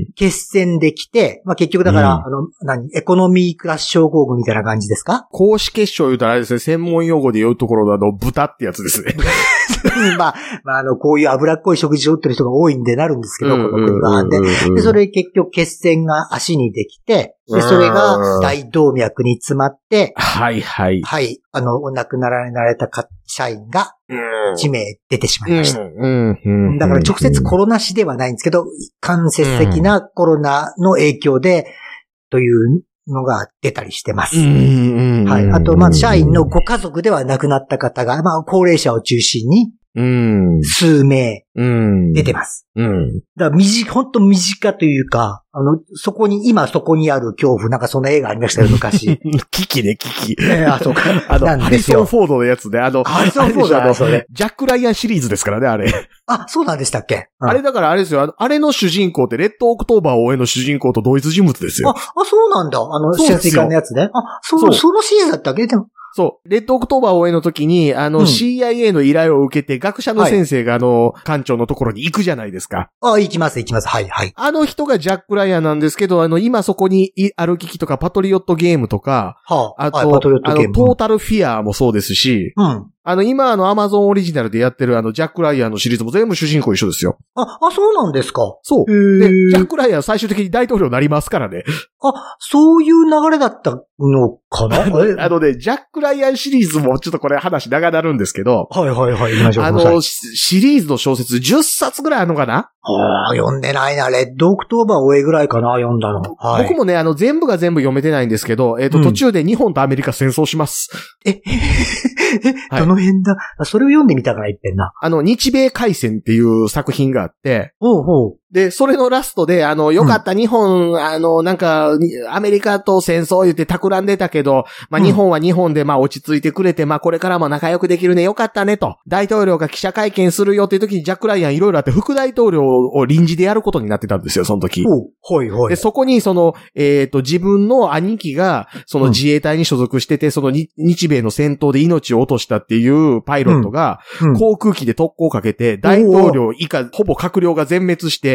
血栓できて、まあ、結局だから、うん、あの、何、エコノミークラス症候群みたいな感じですか？ 高脂血症言うたらあれですね、専門用語で言うところのあの、豚ってやつですね。 まあ、まあ、あの、こういう脂っこい食事を取ってる人が多いんでなるんですけど、この国は。で、で、それ結局血栓が足にできて、で、それが大動脈に詰まって、 はいはい。 はい。あの、お亡くなられた社員が、いち名出てしまいました。だから直接コロナ死ではないんですけど、間接的なコロナの影響で、というのが出たりしてます。はい。あと、まあ、社員のご家族では亡くなった方が、まあ、高齢者を中心に、数名出てます。うん。だから短、本当身近というか、あの、そこに、今そこにある恐怖、なんかそんな映画ありましたよ、昔。 危機ね、危機。 えー、あ、そうか。 あの、ハリソン・フォードのやつで、あの、 ハリソン・フォードだ、それ。 ジャック・ライアンシリーズですからね、あれ。 あ、そうなんでしたっけ、 うん、あれだからあれですよ、あの、あれの主人公って、レッド・オクトーバーを終えの主人公と同一人物ですよ。 あ、あ、そうなんだ。あの、潜水艦のやつね。あ、そう、そうそのシリーズだったっけでも。 そう。レッドオクトーバー応援の時に、あの、うん、シーアイエー の依頼を受けて、学者の先生があの、館長のところに行くじゃないですか。 あ、行きます、行きます。はい、はい。 あの人がジャック・ライアンなんですけど、あの、今そこにある機器とか、パトリオットゲームとか、はあ、あと、あ、パトリオットゲーム。あの、トータルフィアもそうですし、うん。あの、今あの、アマゾンオリジナルでやってるあの、ジャック・ライアンのシリーズも全部主人公一緒ですよ。 あ、あ、そうなんですか。 そう。で、ジャック・ライアン最終的に大統領になりますからね。 あ、そういう流れだったのかなあのね、ジャック・ライアンシリーズもちょっとこれ話長なるんですけど。 はいはいはい、行きましょう。 あの、シリーズの小説じゅっさつぐらいあるのかな？ ああ、読んでないな。レッドオクトーバー終えぐらいかな、読んだの。 はい、僕もね、あの、全部が全部読めてないんですけど、えっと、うん、途中で日本とアメリカ戦争します。 え、え、どの辺だ、はい、それを読んでみたからいっぺんな。 あの、日米海戦っていう作品があって、 おうほう。 で、それのラストで、あの、よかった日本、うん、あの、なんか、アメリカと戦争言って企んでたけど、まあ、日本は日本で、まあ、落ち着いてくれて、まあ、これからも仲良くできるね、よかったね、と。大統領が記者会見するよっていう時に、ジャック・ライアンいろいろあって、副大統領を臨時でやることになってたんですよ、その時。 おはいはい。 で、そこに、その、えっと、自分の兄貴が、その自衛隊に所属してて、うん、その日米の戦闘で命を落としたっていうパイロットが、航空機で特攻をかけて、大統領以下、ほぼ閣僚が全滅して、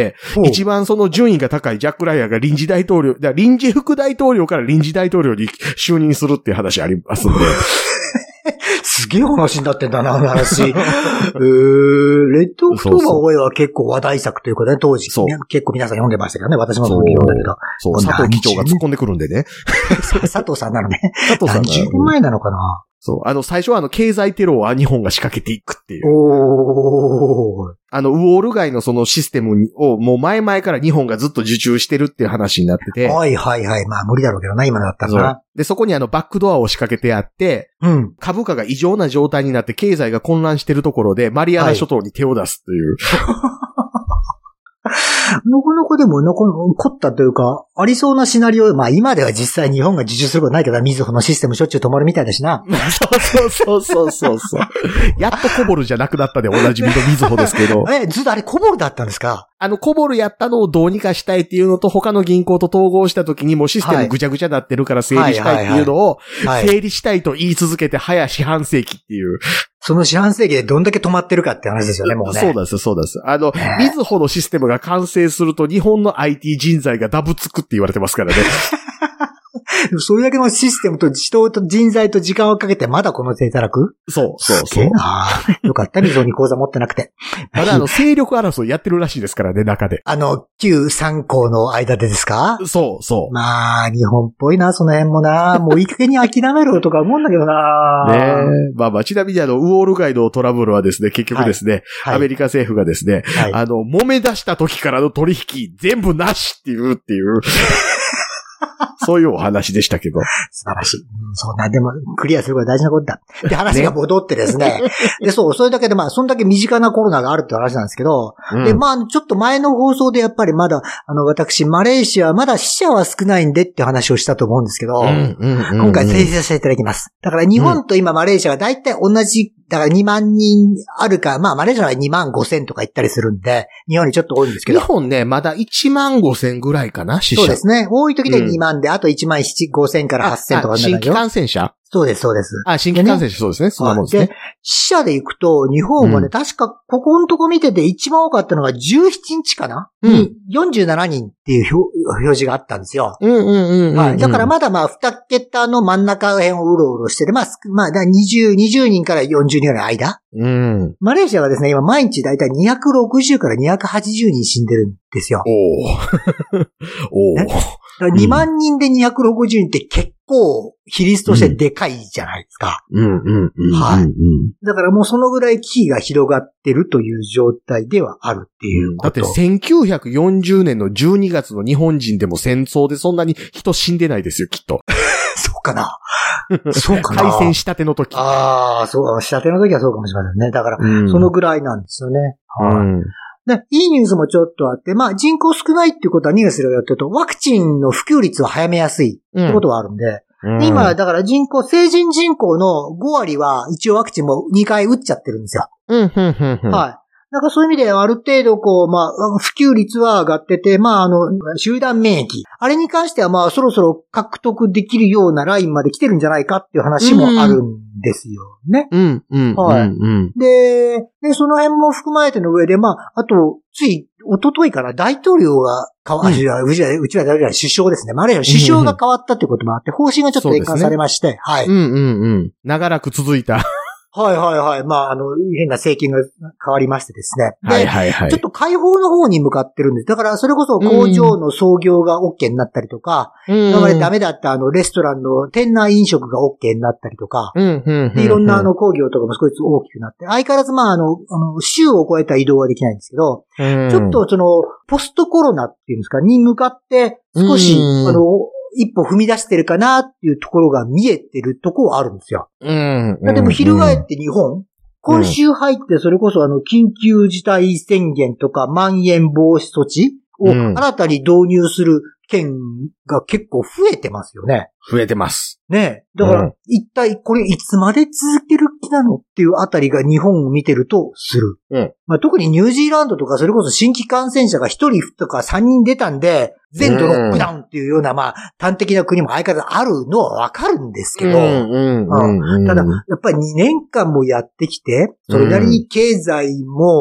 で、一番その順位が高いジャック・ライアンが臨時大統領、だから臨時副大統領から臨時大統領に就任するっていう話ありますんで。 すげえ話になってんだな、あの話。えー、レッドオクトーバーオーエは結構話題作というかね、当時。そう結構皆さん読んでましたけどね、私もそう読んだけど。 そう、佐藤議長が突っ込んでくるんでね。 佐藤さんなのね。 佐藤さん。 何十年前なのかな。 そう。あの、最初はあの、経済テロは日本が仕掛けていくっていう。 おー。 あの、ウォール街のそのシステムをもう前々から日本がずっと受注してるっていう話になってて。 はいはいはい。まあ無理だろうけどな、今のだったらな。 で、そこにあの、バックドアを仕掛けてあって、 うん。 株価が異常な状態になって経済が混乱してるところで、マリアナ諸島に手を出すという。はいのこのこでものこの凝ったというか、ありそうなシナリオ、まあ今では実際日本が受注することないけど、みずほのシステムしょっちゅう止まるみたいだしな。 そうそうそうそうそう。やっとコボルじゃなくなったでおなじみのみずほですけど。 え、ずっとあれコボルだったんですか？ あの、コボルやったのをどうにかしたいっていうのと、他の銀行と統合した時にもうシステムぐちゃぐちゃになってるから整理したいっていうのを、整理したいと言い続けて早四半世紀っていう。 その四半世紀でどんだけ止まってるかって話ですよね、もうね。 そうです、そうです。あの、みずほのシステムが完成すると日本の アイティー 人材がダブつくって言われてますからね。 それだけのシステムと人と人材と時間をかけてまだこの手いただく？ そう、そう、そう。 よかった、みずほに口座持ってなくて。 まだあの、勢力争いやってるらしいですからね、中で。 あの、旧三校の間でですか？ そう、そう。 まあ、日本っぽいな、その辺もな。もういい加減に諦めろとか思うんだけどな。 ねえ。まあまあ、ちなみにあの、ウォール街のトラブルはですね、結局ですね、はいはい、アメリカ政府がですね、はい、あの、揉め出した時からの取引全部なしっていうっていう。そういうお話でしたけど。 素晴らしい。うん、そうな、でも、クリアすることが大事なことだ。で、話が戻ってですね。ねで、そう、それだけで、まあ、そんだけ身近なコロナがあるって話なんですけど、うん、で、まあ、ちょっと前の放送でやっぱりまだ、あの、私、マレーシア、まだ死者は少ないんでって話をしたと思うんですけど、うんうんうんうん、今回訂正させていただきます。だから、日本と今、マレーシアが大体同じ、だからにまんにんあるか、まあ、マレーシアはにまんごせんとか言ったりするんで、日本にちょっと多いんですけど。 日本ね、まだいちまんごせんぐらいかな、死者。 そうですね。多い時でにまんで、うん、あといちまんごせんからはっせんとかになるよ。 新規感染者？ そうです、そうです。 あ、新規感染者、そうですね。そんなもんですね。 で、死者で行くと、日本はね、うん、確か、ここのとこ見てて一番多かったのがじゅうしちにちかな、うん、よんじゅうななにんっていう表、表示があったんですよ。 うんうんうん、うん。 はい。だからまだまあ、二桁の真ん中辺をうろうろしてて、まあ、まあ、にじゅう、にじゅうにんからよんじゅうにんぐらいの間。 うん。 マレーシアはですね、今毎日だいたいにひゃくろくじゅうからにひゃくはちじゅうにん死んでるんですよ。 おー。おー。 ね、だからにまんにんでにひゃくろくじゅうにんって結構、比率としてでかいじゃないですか。 うんうんうん。 はい。だからもうそのぐらい危機が広がってるという状態ではあるっていうこと。 だってせんきゅうひゃくよんじゅうねんのじゅうにがつの日本人でも戦争でそんなに人死んでないですよ、きっと。 そうかな。そうかな。 開戦したての時。 ああ、そう、したての時はそうかもしれませんね。だから、そのぐらいなんですよね。 うん、はい。 で、いいニュースもちょっとあって、まあ人口少ないっていうことはニュースでやってると、ワクチンの普及率を早めやすいってことはあるんで、うん、今、だから人口、成人人口のごわりは一応ワクチンもにかい打っちゃってるんですよ。 うん、うん、うん。 はい。だからそういう意味である程度こう、まあ、普及率は上がってて、まああの、集団免疫。あれに関してはまあそろそろ獲得できるようなラインまで来てるんじゃないかっていう話もあるんですよね。 うん、うん、 はい。 うん。 で、で、その辺も含まれての上で、まあ、あと、つい、一昨日から大統領が変わ、うん、うちは、うちは、うちは首相ですね。マレーシア首相が変わったってこともあって、方針がちょっと転換されまして、ね、はい。 うんうんうん。長らく続いた。 はいはいはい。まあ、あの、変な政権が変わりましてですね。 はいはいはい。 ちょっと解放の方に向かってるんです。だから、それこそ工場の操業が OK になったりとか、うん、今までダメだったあの、レストランの店内飲食が OK になったりとか、 うんうんうん、 いろんなあの工業とかも少し大きくなって、相変わらずまああの、あの、州を超えた移動はできないんですけど、うん、ちょっとその、ポストコロナっていうんですか、に向かって、少し、うん、あの、一歩踏み出してるかなっていうところが見えてるところはあるんですよ。 うん。 でも、翻って日本、今週入ってそれこそあの、緊急事態宣言とか、まん延防止措置を新たに導入する県が結構増えてますよね。 増えてます。 ねえ。だから、一体これいつまで続ける気なのっていうあたりが日本を見てるとする。 うん。 まあ、特にニュージーランドとかそれこそ新規感染者がひとりとかさんにん出たんで、全土ロックダウンっていうような、まあ、端的な国も相変わらずあるのはわかるんですけど、ただ、やっぱりにねんかんもやってきて、それなりに経済も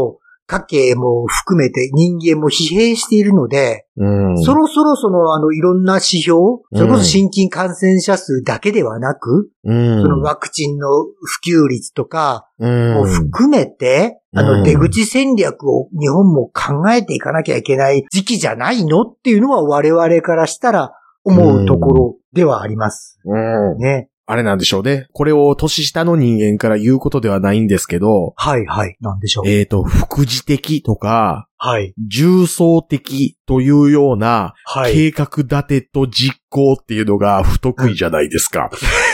家計も含めて人間も疲弊しているので、うん、そろそろそのあのいろんな指標、それこそ新規感染者数だけではなく、うん、そのワクチンの普及率とかも含めて、うん、あの出口戦略を日本も考えていかなきゃいけない時期じゃないのっていうのは我々からしたら思うところではあります。うん、ね。 あれなんでしょうね。これを年下の人間から言うことではないんですけど。 はいはい。なんでしょう。 えっと、副次的とか、 はい。 重層的というような、はい。計画立てと実行っていうのが不得意じゃないですか。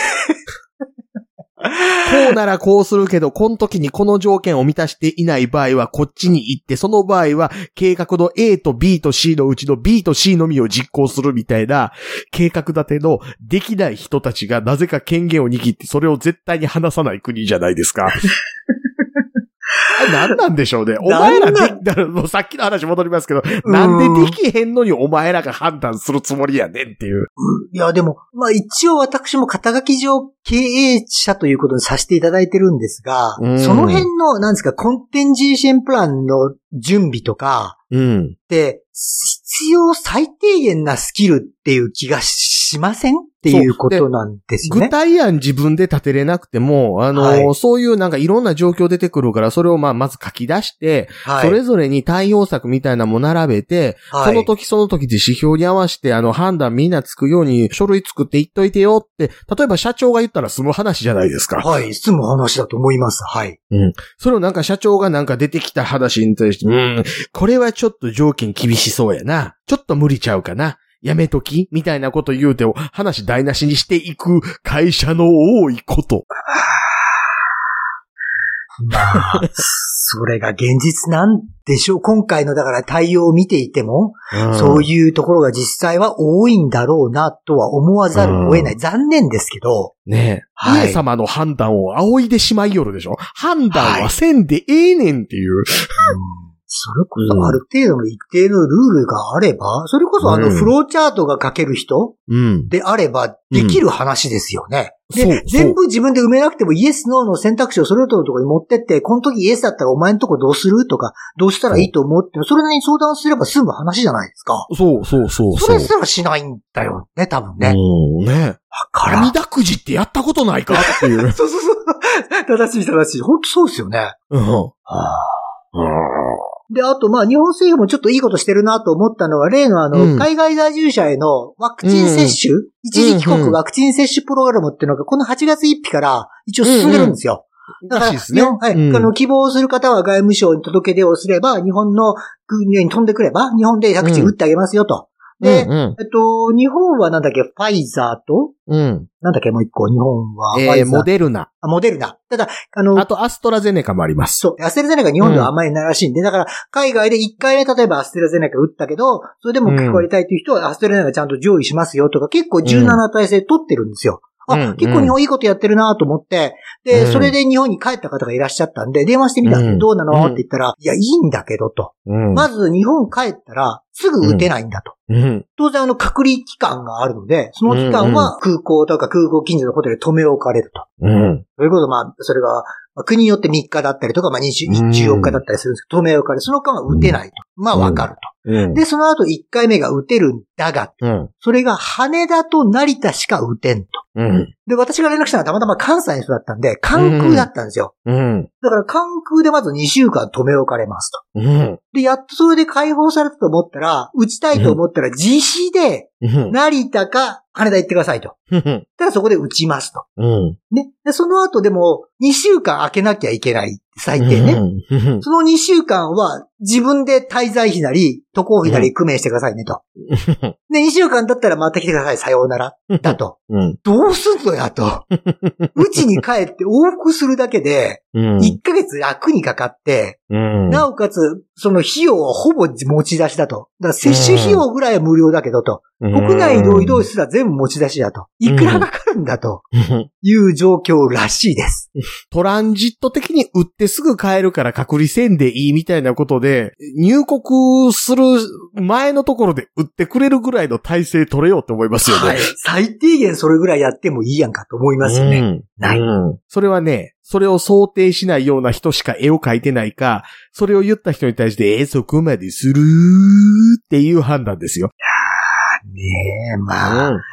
こうならこうするけど、この時にこの条件を満たしていない場合はこっちに行って、その場合は計画の A と B と C のうちの B と C のみを実行するみたいな計画立てのできない人たちがなぜか権限を握ってそれを絶対に離さない国じゃないですか。何なんでしょうね。お前らで、もうさっきの話戻りますけど、なんでできへんのにお前らが判断するつもりやねんっていう。 いや、でも、まあ一応私も肩書き上経営者ということにさせていただいてるんですが、その辺の、なんですか、コンテンジーションプランの準備とか、うん。で、必要最低限なスキルっていう気がしませんっていうことなんですよね。 具体案自分で立てれなくても、あの、はい、そういうなんかいろんな状況出てくるから、それをまあまず書き出して、はい、それぞれに対応策みたいなのも並べて、はい、その時その時で指標に合わせて、あの判断みんなつくように書類作って言っといてよって、例えば社長が言ったら済む話じゃないですか。 はい、済む話だと思います。はい。 うん。それをなんか社長がなんか出てきた話に対して、うん、これはちょっと条件厳しそうやな。ちょっと無理ちゃうかな。やめときみたいなこと言うてを話台無しにしていく会社の多いこと。 まあ、それが現実なんでしょう。今回のだから対応を見ていても、うん、そういうところが実際は多いんだろうなとは思わざるを得ない。うん、残念ですけど。 ねえ。はい、上様の判断を仰いでしまいよるでしょ。判断はせんでええねんっていう。はいうんそれこそある程度の一定のルールがあれば、それこそあのフローチャートが書ける人であればできる話ですよね。うん、で、全部自分で埋めなくてもイエス、ノーの選択肢をそれぞれのところに持ってって、この時イエスだったらお前のとこどうするとか、どうしたらいいと思うって、それなりに相談すれば済む話じゃないですか。 そうそうそうそう。それすらしないんだよね、多分ね。 うん、ね。紙だくじってやったことないかっていう。 そうそうそう。正しい正しい。本当そうですよね。うん。はで、あと、まあ、日本政府もちょっといいことしてるなと思ったのは、例のあの、うん、海外在住者へのワクチン接種、うん、一時帰国ワクチン接種プログラムっていうのが、このはちがつついたちから一応進んでるんですよ。うんうん、だから、ですね、はい、うん、あの、希望する方は外務省に届け出をすれば、日本の国に飛んでくれば、日本でワクチン打ってあげますよと。で、うんうん、えっと、日本はなんだっけ、ファイザーと、うん。なんだっけ、もう一個、日本はファイザー。 えー、モデルナ。 あ、モデルナ。ただ、あの、 あと、アストラゼネカもあります。 そう。アストラゼネカ日本ではあんまりないらしいんで、うん、だから、海外で一回ね、例えばアストラゼネカ打ったけど、それでも関わりたいという人は、アストラゼネカちゃんと上位しますよとか、結構柔軟な体制取ってるんですよ。うん、あ、結構日本いいことやってるなと思って、で、うん、それで日本に帰った方がいらっしゃったんで、電話してみたんで、うん、どうなのって言ったら、いや、いいんだけどと。うん、まず、日本帰ったら、すぐ打てないんだと。うん、当然、あの、隔離期間があるので、その期間は空港とか空港近所のホテルで止め置かれると。うん。ということまあ、それが、国によってみっかだったりとか、まあ、にじゅうよっかだったりするんですけど、止め置かれる。その間は打てないと。まあ、わかると。うん、で、その後いっかいめが打てるんだが、うん、それが羽田と成田しか打てんと。うん、で、私が連絡したのはたまたま関西の人だったんで、関空だったんですよ。うん、だから関空でまずにしゅうかん止め置かれますと。うん、で、やっとそれで解放されたと思ったら、打ちたいと思ったら自費で、成田か羽田行ってくださいと。ただそこで打ちますと。うん、ね。で、その後でもにしゅうかん空けなきゃいけない。最低ね。そのにしゅうかんは自分で滞在費なり、渡航費なり工面してくださいねと。で、にしゅうかん経ったらまた来てください。さようなら。だと。うん、どうすんのやと。うちに帰って往復するだけで、いっかげつ楽にかかって、うん、なおかつ、その費用はほぼ持ち出しだと。だから接種費用ぐらいは無料だけどと。うん、国内移動移動すら全部持ち出しだと。いくらかかるんだと。いう状況らしいです。 トランジット的に売ってすぐ帰るから隔離せんでいいみたいなことで、入国する前のところで売ってくれるぐらいの体制取れようって思いますよね。はい。 最低限それぐらいやってもいいやんかと思いますよね。うん、ない、うん。 それはね、 それを想定しないような人しか絵を描いてないか、それを言った人に対して、えー、そこまでするっていう判断ですよ。 ねえ、まあ。うん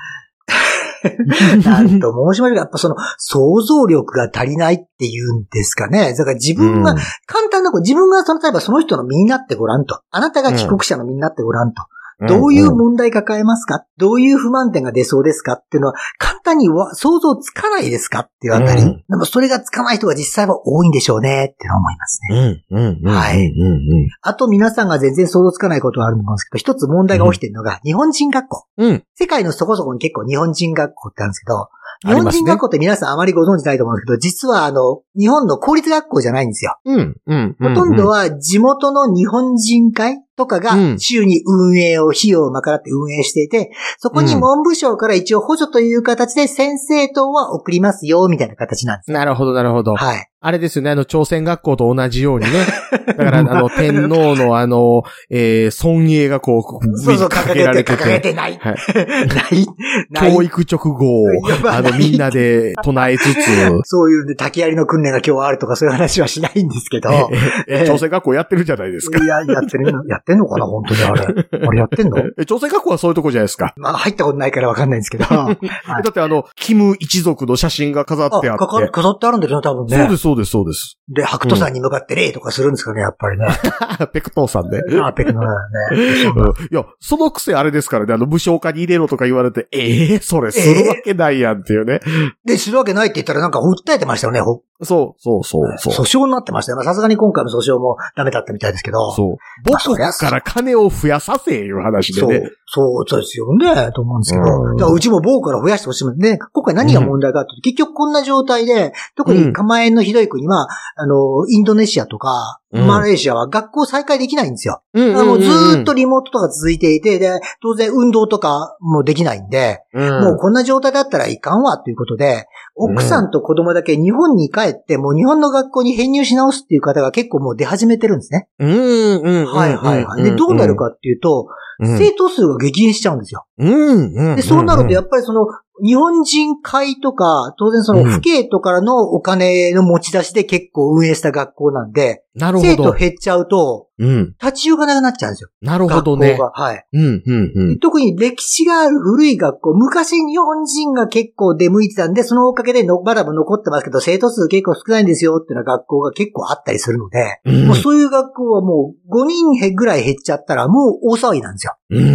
なんと申し訳ない。やっぱその想像力が足りないっていうんですかね。だから自分が、簡単なこと、自分がその、例えばその人の身になってごらんと。あなたが帰国者の身になってごらんと。どういう問題抱えますか、うんうん、どういう不満点が出そうですかっていうのは簡単には想像つかないですかっていうあたり。うん、でもそれがつかない人が実際は多いんでしょうねって思いますね。 うんうんうん、 はい。あと皆さんが全然想像つかないことはあると思うんですけど、一つ問題が起きてるのが日本人学校。うん、世界のそこそこに結構日本人学校ってあるんですけど、日本人学校って皆さんあまりご存知ないと思うんですけど、実はあの、日本の公立学校じゃないんですよ。 うん、うん。 ほとんどは地元の日本人会とかが週に運営を、費用を賄って運営していて、そこに文部省から一応補助という形で先生等は送りますよ、みたいな形なんです。 なるほど、なるほど。 はい。 あれですよね、あの、朝鮮学校と同じようにね。だから、あの、天皇のあの、えー、尊栄がこう、 そうそう、掲げて、掲げてない。はい。ない。 教育直後を、あの、みんなで唱えつつ。 そういうね、竹槍の訓練が今日あるとかそういう話はしないんですけど。 え、朝鮮学校やってるじゃないですか。 いや、やってる、やってんのかな、本当にあれ。あれやってんの？ え、朝鮮学校はそういうとこじゃないですか。 まあ、入ったことないからわかんないんですけど。はい、 だってあの、キム一族の写真が飾ってあって。 あ、飾ってあるんだけど、多分ね。 そうです、そうです、そうです。 で、白斗さんに向かって礼とかするんですかね、やっぱりね。 ペクトーさんね。 ああ、ペクトーさんね。 いや、そのくせあれですからね、あの、武将家に入れろとか言われて、ええー、それするわけないやんっていうね。 で、するわけないって言ったらなんか訴えてましたよね、 そう、そう、そう、そう。 訴訟になってましたよ。さすがに今回の訴訟もダメだったみたいですけど。 そう。母国から金を増やさせいう話でね。 そう、そうですよね、と思うんですけど。うん、だからうちも母から増やしてほしいもんね。今回何が問題かというと、うん、結局こんな状態で、特に構えのひどい国は、あの、インドネシアとか、うん、マレーシアは学校再開できないんですよ。うんうんうんうん、もうずーっとリモートとか続いていて、で、当然運動とかもできないんで、うん、もうこんな状態だったらいかんわということで、奥さんと子供だけ日本に帰って、もう日本の学校に編入し直すっていう方が結構もう出始めてるんですね。 うんうんうん。 はいはいはい。で、どうなるかっていうと、うん、生徒数が激減しちゃうんですよ。 うんうん、 で、そうなるとやっぱりその、日本人会とか、当然その、府警とからのお金の持ち出しで結構運営した学校なんで、 なるほど。 生徒減っちゃうと、うん。立ち行かなくなっちゃうんですよ。 なるほどね。 学校が。はい。 うん、うん、うん。 特に歴史がある古い学校、昔日本人が結構出向いてたんで、そのおかげでのまだ残ってますけど、生徒数結構少ないんですよっていうような学校が結構あったりするので、うん、もうそういう学校はもうごにんぐらい減っちゃったらもう大騒ぎなんですよ。 うん、うん、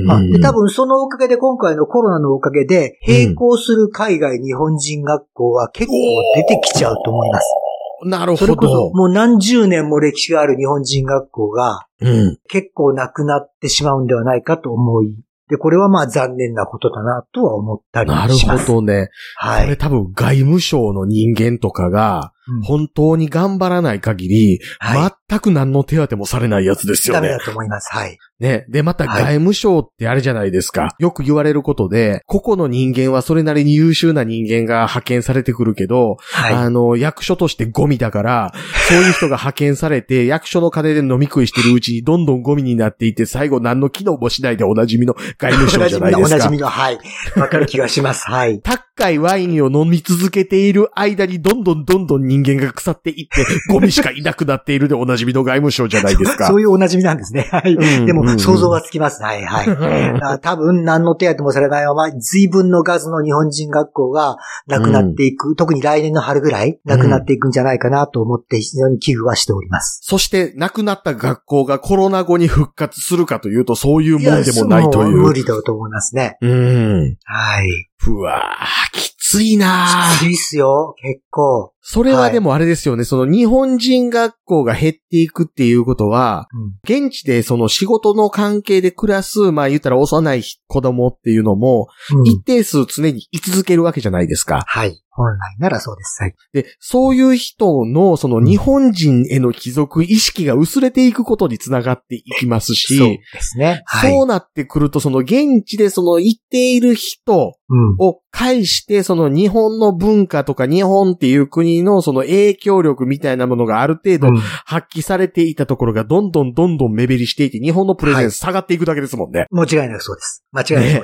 うん。 で、多分そのおかげで今回のコロナのおかげで、並行する海外日本人学校は結構出てきちゃうと思います。 なるほど。 それこそもう何十年も歴史がある日本人学校が、うん、結構なくなってしまうんではないかと思い、で、これはまあ残念なことだなとは思ったりします。 なるほどね。はい。これ多分外務省の人間とかが、本当に頑張らない限り、はい、全く何の手当てもされないやつですよね。 ダメだと思います。はい。 ね。で、また外務省ってあれじゃないですか。はい、よく言われることで、個々の人間はそれなりに優秀な人間が派遣されてくるけど、はい、あの、役所としてゴミだから、そういう人が派遣されて、役所の金で飲み食いしてるうちにどんどんゴミになっていって、最後何の機能もしないでおなじみの外務省じゃないですか。おなじみの、はい。わかる気がします。はい。 高いワインを飲み続けている間に、どんどんどんどん人間が腐っていって、ゴミしかいなくなっているでおなじみの外務省じゃないですか。 そう、そういうおなじみなんですね。はい。うんうんうん、でも、想像はつきます。はい、はい。多分、何の手当てもされないまま、随分の数の日本人学校がなくなっていく、うん、特に来年の春ぐらい、なくなっていくんじゃないかなと思って、非常に危惧はしております。 そして、なくなった学校がコロナ後に復活するかというと、そういうもんでもないという。いや、 無理だと思いますね。 うん。 はい。 ふわー、きついなー。きついっすよ、結構。 それはでもあれですよね、はい、その日本人学校が減っていくっていうことは、うん、現地でその仕事の関係で暮らす、まあ言ったら幼い子供っていうのも、うん、一定数常に居続けるわけじゃないですか。 はい。本来ならそうです。はい。 で、そういう人のその日本人への帰属意識が薄れていくことにつながっていきますし、 そうですね。 はい、そうなってくると、その現地でその行っている人を介して、その日本の文化とか日本っていう国のその影響力みたいなものがある程度発揮されていたところがどんどんどんどん目減りしていて、日本のプレゼンス下がっていくだけですもんね。 はい、間違いなくそうです。間違いなくそうです。ね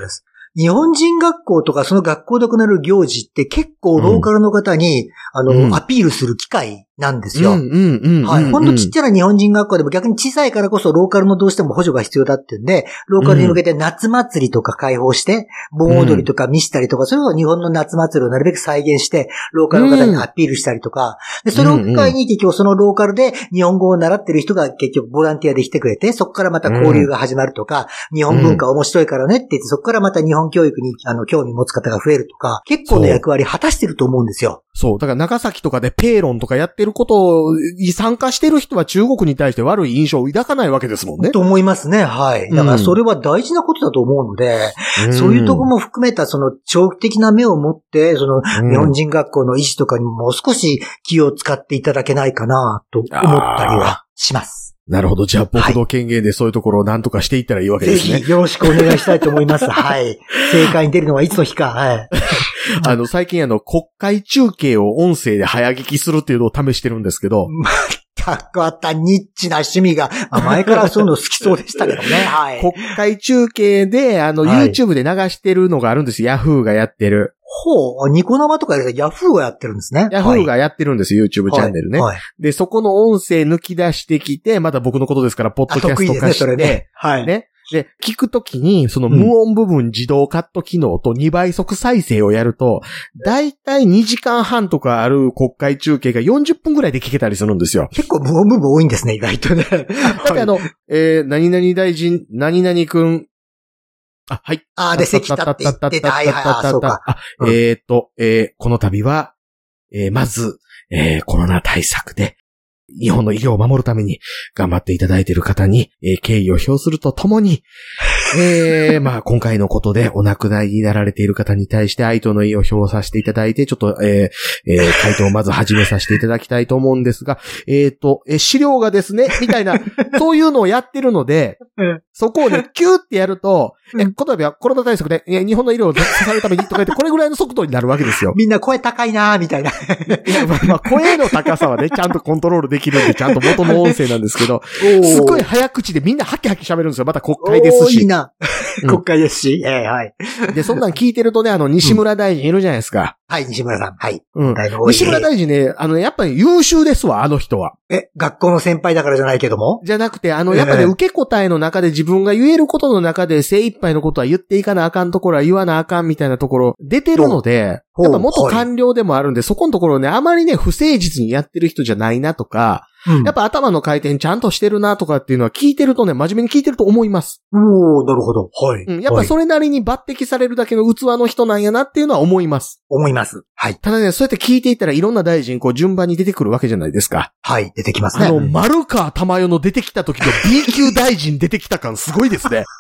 日本人学校とかその学校で行われる行事って結構ローカルの方に、うん、あの、うん、アピールする機会なんですよ。はい。ほんとちっちゃな日本人学校でも逆に小さいからこそローカルのどうしても補助が必要だっていうんで、ローカルに向けて夏祭りとか開放して、盆踊りとか見したりとか、それを日本の夏祭りをなるべく再現して、ローカルの方にアピールしたりとか、で、それを機会に結局そのローカルで日本語を習ってる人が結局ボランティアで来てくれて、そこからまた交流が始まるとか、日本文化面白いからねって言って、そこからまた日本教育にあの興味持つ方が増えるとか、結構な役割果たしてると思うんですよ。 そう。だから長崎とかでペーロンとかやってることに参加してる人は中国に対して悪い印象を抱かないわけですもんね。 と思いますね。はい。だからそれは大事なことだと思うので、うん、そういうとこも含めたその長期的な目を持って、その日本人学校の維持とかにもう少し気を使っていただけないかなと思ったりはします。 なるほど。じゃあ僕の権限でそういうところを何とかしていったらいいわけですね。 ぜひよろしくお願いしたいと思います。はい。正解に出るのはいつの日か。はい。 あの、最近あの、国会中継を音声で早聞きするっていうのを試してるんですけど。 また、たニッチな趣味が、前からそういうの好きそうでしたけどね。はい。 国会中継で、あの、はい、YouTube で流してるのがあるんです。ヤフーがやってる。 ほう、ニコ生とかヤフーがやってるんですね。 ヤフーがやってるんですよ、はい、YouTube チャンネルね、はいはい。で、そこの音声抜き出してきて、また僕のことですから、ポッドキャスト化して、ねねはい。ね。で、聞くときに、その無音部分自動カット機能とにばい速再生をやると、だいたいにじかんはんとかある国会中継がよんじゅっぷんぐらいで聞けたりするんですよ。 結構無音部分多いんですね、意外とね。だってあの、えー、何々大臣、何々くん、あ、はい。 あ、で、席立って言ってた。はいはい、そうか。 あ、えーっと、えー、この度は、えー、まず、えー、コロナ対策で、日本の医療を守るために頑張っていただいている方に、えー、敬意を表するとともに、えー、まあ今回のことでお亡くなりになられている方に対して愛との意を表させていただいて、ちょっと、えー、えー、回答をまず始めさせていただきたいと思うんですが、えーと、えー、資料がですね、みたいな、そういうのをやってるので、そこをね、キューってやると、え、この度はコロナ対策で、え日本の医療を支えるためにとか言って、これぐらいの速度になるわけですよ。 みんな声高いなーみたいな。いや、まあ、まあ、声の高さはね、ちゃんとコントロールできるんで、ちゃんと元の音声なんですけど、すっごい早口でみんなハキハキ喋るんですよ。また国会ですし。 いいな。国会ですし、えー、はい。 で、そんなん聞いてるとね、あの、西村大臣いるじゃないですか。 うん、はい、西村さん。はい。 うん。西村大臣ね、あの、やっぱり優秀ですわ、あの人は。 え、学校の先輩だからじゃないけどもじゃなくて、あの、やっぱね、えー、受け答えの中で自分が言えることの中で精一杯のことは言っていかなあかんところは言わなあかんみたいなところ出てるので、やっぱ元官僚でもあるんで、はい、そこのところね、あまりね、不誠実にやってる人じゃないなとか、うん、やっぱ頭の回転ちゃんとしてるなとかっていうのは聞いてるとね、真面目に聞いてると思います。 おー、なるほど。はい。 うん、やっぱそれなりに抜擢されるだけの器の人なんやなっていうのは思います。 思います。はい。 ただね、そうやって聞いていったらいろんな大臣こう順番に出てくるわけじゃないですか。 はい、出てきますね。 あの、丸川珠代の出てきた時の B 級大臣出てきた感すごいですね。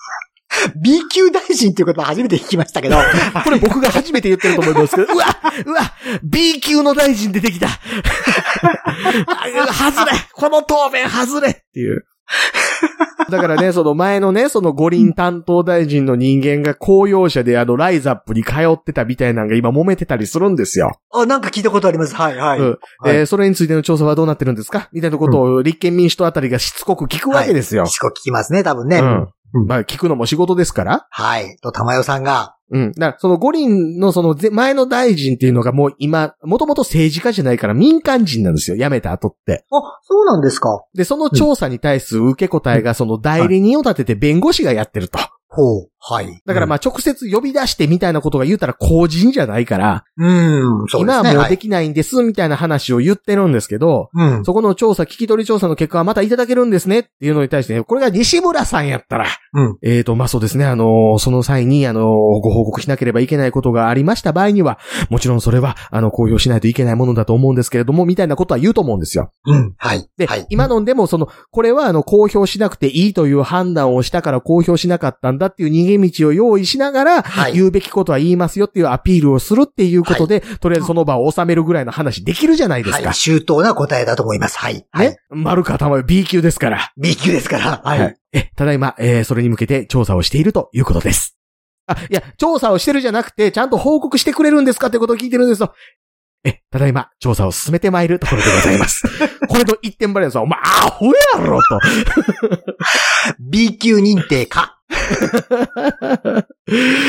B 級大臣っていうことは初めて聞きましたけど。 これ僕が初めて言ってると思いますけど、うわうわ !B 級の大臣出てきた外れこの答弁外れっていう。だからね、その前のね、その五輪担当大臣の人間が公用車であのライザップに通ってたみたいなのが今揉めてたりするんですよ。 あ、なんか聞いたことあります。はいはい。うん。 はい、えー、それについての調査はどうなってるんですかみたいなことを立憲民主党あたりがしつこく聞くわけですよ。はい、 しつこく聞きますね、多分ね。 うん。うん、まあ聞くのも仕事ですから。 はい。と、玉代さんが。 うん。だから、その五輪のその前の大臣っていうのがもう今、もともと政治家じゃないから民間人なんですよ。辞めた後って。 あ、そうなんですか。 で、その調査に対する受け答えがその代理人を立てて弁護士がやってると。 ほう。はい。 だからまあ直接呼び出してみたいなことが言うたら公人じゃないから、 うん、そうですね。 今はもうできないんですみたいな話を言ってるんですけど、 うん、 そこの調査、聞き取り調査の結果はまたいただけるんですねっていうのに対してね、これが西村さんやったら、 うん、 えーと、まあそうですね、あのー、その際にあのー、ご報告しなければいけないことがありました場合には、もちろんそれはあの公表しないといけないものだと思うんですけれども、みたいなことは言うと思うんですよ。 うん、はい。 で、 はい、 今のでもその、これはあの公表しなくていいという判断をしたから公表しなかったんだっていう逃げ道を用意しながら、はい、言うべきことは言いますよっていうアピールをするっていうことで、はい、とりあえずその場を収めるぐらいの話できるじゃないですか。 はい、周到な答えだと思います。はい。はい、 ね。丸川珠代 B 級ですから。 B 級ですから。はい。はい、 え、ただいま、えー、それに向けて調査をしているということです。あ、いや、調査をしてるじゃなくて、ちゃんと報告してくれるんですかってことを聞いてるんですよ。え、ただいま、調査を進めてまいるところでございます。これの一点張りですよ。お前、アホやろと。 B 級認定か。 い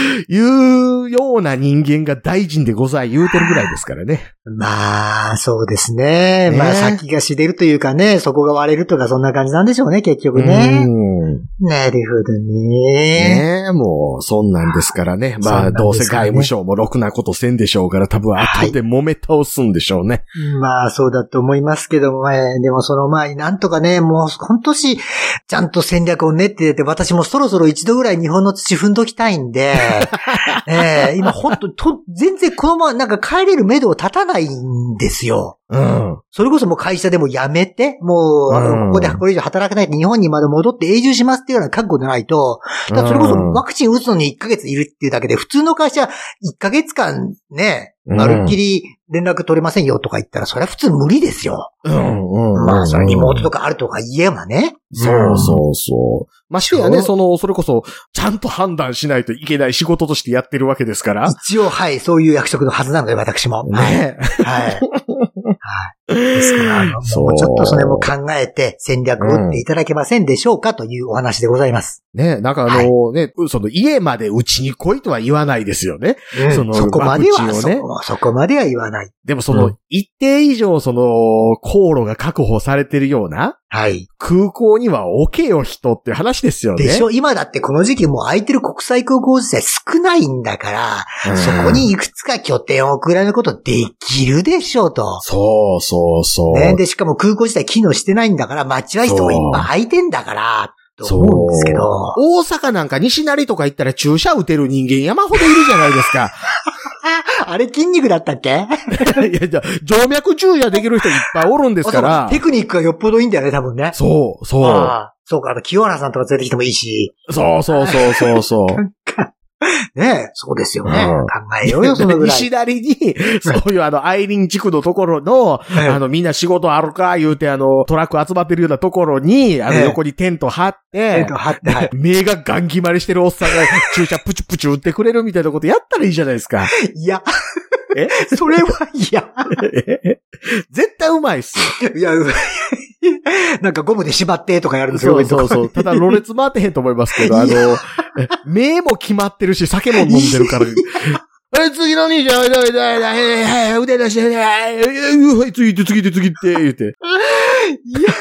いうような人間が大臣でござい言うてるぐらいですからね。 まあ、そうですね。 ねまあ、先がし出るというかね、そこが割れるとかそんな感じなんでしょうね、結局ね。 うん。 なるほどね。 ねえ、もう、そんなんですからね。まあ、 そうなんですかねどうせ外務省もろくなことせんでしょうから、多分後で揉め倒すんでしょうね。 まあ、そうだと思いますけども、まあ、でもその前になんとかね、もう今年、ちゃんと戦略を練ってて、私もそろそろ一度ぐらい日本の土踏んどきたいんで、ええ今本当と、全然このままなんか帰れる目処を立たないんですよ。 うん。 それこそもう会社でも辞めて、もう、あの、 うんここでこれ以上働けないで日本にまで戻って永住しますっていうような覚悟でないと、だからそれこそワクチン打つのにいっかげついるっていうだけで、普通の会社いっかげつかんね、まるっきり連絡取れませんよとか言ったら、それは普通無理ですよ。 うんうんうん。 まあ、それリモートとかあるとか言えばね。 そうそうそう。ましてやね、その、それこそ、ちゃんと判断しないといけない仕事としてやってるわけですから。 一応、はい、そういう役職のはずなので、私も。 ね。 はい。はい。ですから、あの、もうちょっとそれも考えて戦略を打っていただけませんでしょうかというお話でございます。 ね、なんかあのね、その家までうちに来いとは言わないですよね。 うん、 そのそこまでは、 ワクチンをね、 そ、そこまでは言わない。 でもその、一定以上その、航路が確保されてるような、 はい。 空港には置けよ人って話ですよね。 でしょ？今だってこの時期もう空いてる国際空港自体少ないんだから、うん、そこにいくつか拠点を置くらいのことできるでしょうと。 そうそうそう。 ね、で、しかも空港自体機能してないんだから、待合室もいっぱい空いてんだから、と思うんですけど。 大阪なんか西成とか行ったら注射打てる人間山ほどいるじゃないですか。 あれ筋肉だったっけいや、 じゃ静脈注射できる人いっぱいおるんですから。 テクニックがよっぽどいいんだよね、多分ね。 そう、そう。 ああそうか、あと、清原さんとか連れてきてもいいし。 そうそうそうそうそう。 ねえ、そうですよね。うん、考えようよ、そのぐらい。 西成に、そういうあの、愛林地区のところの、はい、あの、みんな仕事あるか言うて、あの、トラック集まってるようなところに、あの、横にテント張って、 テント張って、はい、 目がガン決まりしてるおっさんが注射プチュプチュ打ってくれるみたいなことやったらいいじゃないですか。 いや。えそれは嫌。 絶対うまいっすよ。 いや、うまい。なんかゴムで縛ってとかやるんですよ。 そうそうそう。ただ、ろれつ回ってへんと思いますけど、あの、目も決まってるし、酒も飲んでるから。はい、次の兄ちゃん、はい、はい、はい、腕出して、はい、はい、次行って、次行って、次行って、言うて。 いや。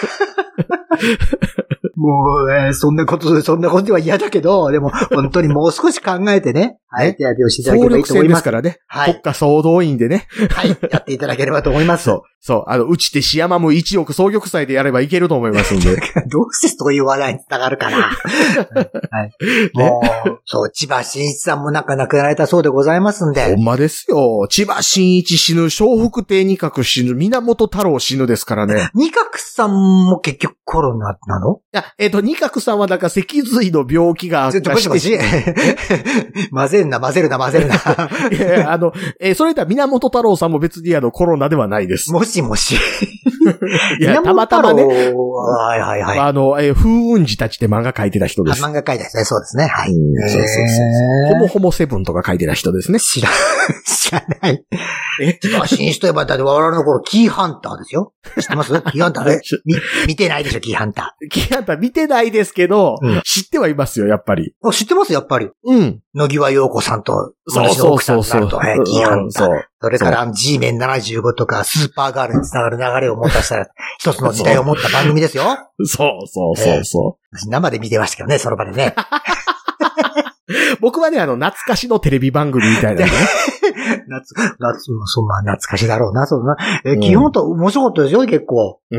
もう、えー、そんなこと、そんなことは嫌だけど、でも、本当にもう少し考えてね、はい、手当てをしていただければいいと思います。 総力戦ですからね。 はい。 国家総動員でね。 はい。やっていただければと思います。 そう。そう。あの、うちてしやまむ一億総玉祭でやればいけると思いますんで。 どうしてそういう話題につながるかな。はい。もう、そう、千葉真一さんもなんか亡くなられたそうでございますんで。 ほんまですよ。千葉真一死ぬ、笑福亭二角死ぬ、源太郎死ぬですからね。 二角さんも結局コロナなの？ いや、えっと、二角さんはなんか脊髄の病気が悪化して。 もしもし混ぜんな、混ぜるな、混ぜるな。 いやいや、あの、えー、それとは源太郎さんも別にあの、コロナではないです。 もしもし。 いや、たまたまね。 はいはいはい。 あの、えー、風雲児たちで漫画描いてた人です。 漫画描いてた人ね、そうですね。はい。 うん、そうそうそう。ホモホモセブンとか描いてた人ですね。 知ら、知らない。え千葉真一といえば、だって我々の頃、キーハンターですよ。知ってますキーハンターね。み、見てないでしょ、キーハンター。キーハンター見てないですけど、うん、知ってはいますよ、やっぱり。 あ、知ってます、やっぱり。 うん。 野際陽子さんと、 そうそうそうそう。 キーハンター。そう。それから、G メンななじゅうごとか、スーパーガールにつながる流れを持たしたら、一つの時代を持った番組ですよ。 そうそうそうそう。 私生で見てましたけどね、その場でね。 僕はね、あの、懐かしのテレビ番組みたいなね。 夏、夏、そんな懐かしいだろうな、そんな。え、基本と面白かったですよ、結構。うん。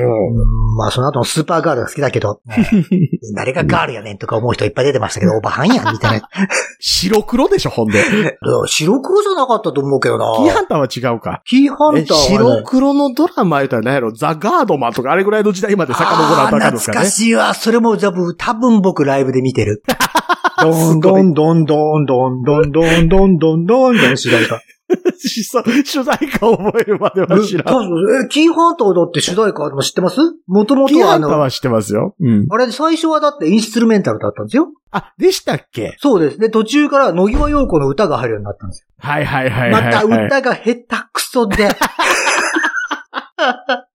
まあ、その後のスーパーガールが好きだけど、誰がガールやねんとか思う人いっぱい出てましたけど、おばはんやん、みたいな。 白黒でしょ、ほんで。 白黒じゃなかったと思うけどな。 キーハンターは違うか。 キーハンターは、ね、 白黒のドラマ言うたら何やろ、ザ・ガードマンとかあれぐらいの時代まで遡られたんですかね。 懐かしいわ。それも、多分僕ライブで見てる。どんどんどんどんどんどんどんどんどんどんどん主題歌。 主題歌覚えるまでは知らん。 え、キーハンターだって主題歌も知ってます？もともとはあの。 キーハンターは知ってますよ。うん。 あれ最初はだってインストゥルメンタルだったんですよ。 あ、でしたっけ？ そうです。で、途中から野際陽子の歌が入るようになったんですよ。 はいはいはいはい、はい。 また歌が下手くそで。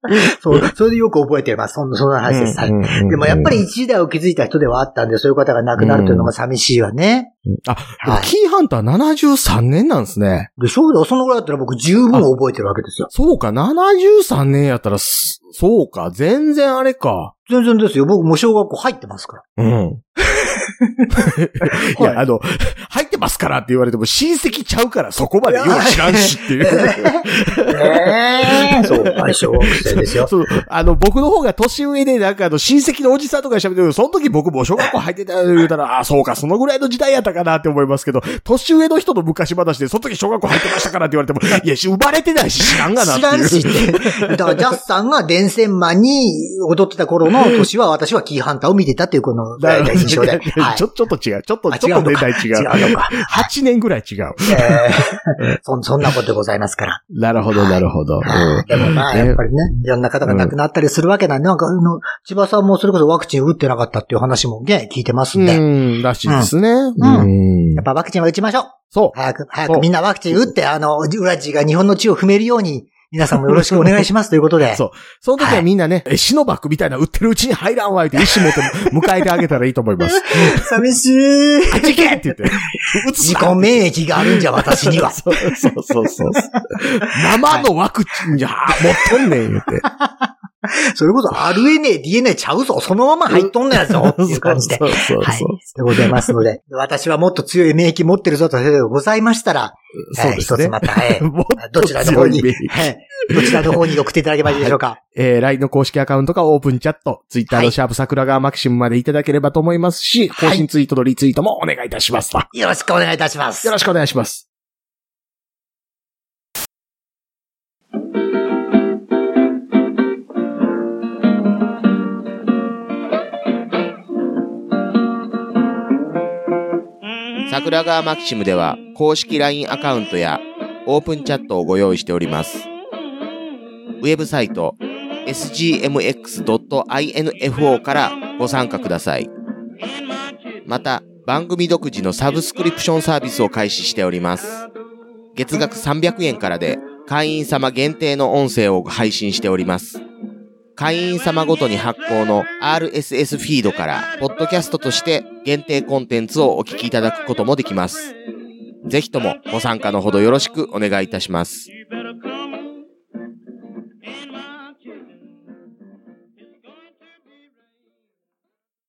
そう、それでよく覚えてます。そんな、そんな話です。はい。でもやっぱり一時代を築いた人ではあったんで、そういう方が亡くなるというのが寂しいわね。 うん、あ、はい、キーハンターななじゅうさんねんなんですね。 で、そうだ、そのぐらいだったら僕十分覚えてるわけですよ。 そうか、ななじゅうさんねんやったら、そうか、全然あれか。 全然ですよ。僕も小学校入ってますから。 うん。いや、あの、入ってますからって言われても親戚ちゃうからそこまでよう知らんしっていう。 えー、そう、あれ小学生ですよ。 そう、あの、僕の方が年上で、なんかあの、親戚のおじさんとか喋ってるその時僕も小学校入ってた言うたら、あ、そうか、そのぐらいの時代やったかなって思いますけど、年上の人の昔話で、その時小学校入ってましたからって言われても、いや、生まれてないし知らんがなっていう。 知らんしって。だから、ジャスさんが電線マンに踊ってた頃の年は、私はキーハンターを見てたっていうこの大体印象で。 はい、ちょ、ちょっと違う。ちょっと、ちょっと年代違う。 違うのか。 はちねんぐらい違う。 えー、そ, そんなことでございますから。 なるほど、なるほど。 はい、でもまあ、やっぱりね、いろんな方が亡くなったりするわけなんで、なんか、あの、千葉さんもそれこそワクチン打ってなかったっていう話もね、聞いてますんで。 うん、らしいですね。うん。 うん、やっぱワクチンは打ちましょう。 そう。 早く、早くみんなワクチン打って、あの、ウラジが日本の地を踏めるように、皆さんもよろしくお願いしますということで。 そう。その時はみんなね、はい、シノバックみたいな売ってるうちに入らんわいって意思持って迎えてあげたらいいと思います。 寂しい。 あっち行けって言って。 自己免疫があるんじゃ、私には。 そうそうそうそう。生のワクチンじゃ、持っとんねん言って。 それこそ アールエヌエー、ディーエヌエー ちゃうぞ。そのまま入っとんのやぞ。っていう感じで。 そうそうそうそう。 はい。でございますので、私はもっと強い免疫持ってるぞとでございましたら、そうですね。一つまた、えー、どちらの方に、どちらの方に送っていただけばいいでしょうか。はい、 えー、ライン の公式アカウントかオープンチャット、Twitter のシャープ桜川マキシムまでいただければと思いますし、更新ツイートのリツイートもお願いいたします。 はい、よろしくお願いいたします。 よろしくお願いします。桜川マキシムでは公式 ライン アカウントやオープンチャットをご用意しております。ウェブサイト エスジーエムエックスドットアイエヌエフオー からご参加ください。また番組独自のサブスクリプションサービスを開始しております。月額さんびゃくえんからで会員様限定の音声を配信しております。会員様ごとに発行の アールエスエス フィードから、ポッドキャストとして限定コンテンツをお聞きいただくこともできます。ぜひともご参加のほどよろしくお願いいたします。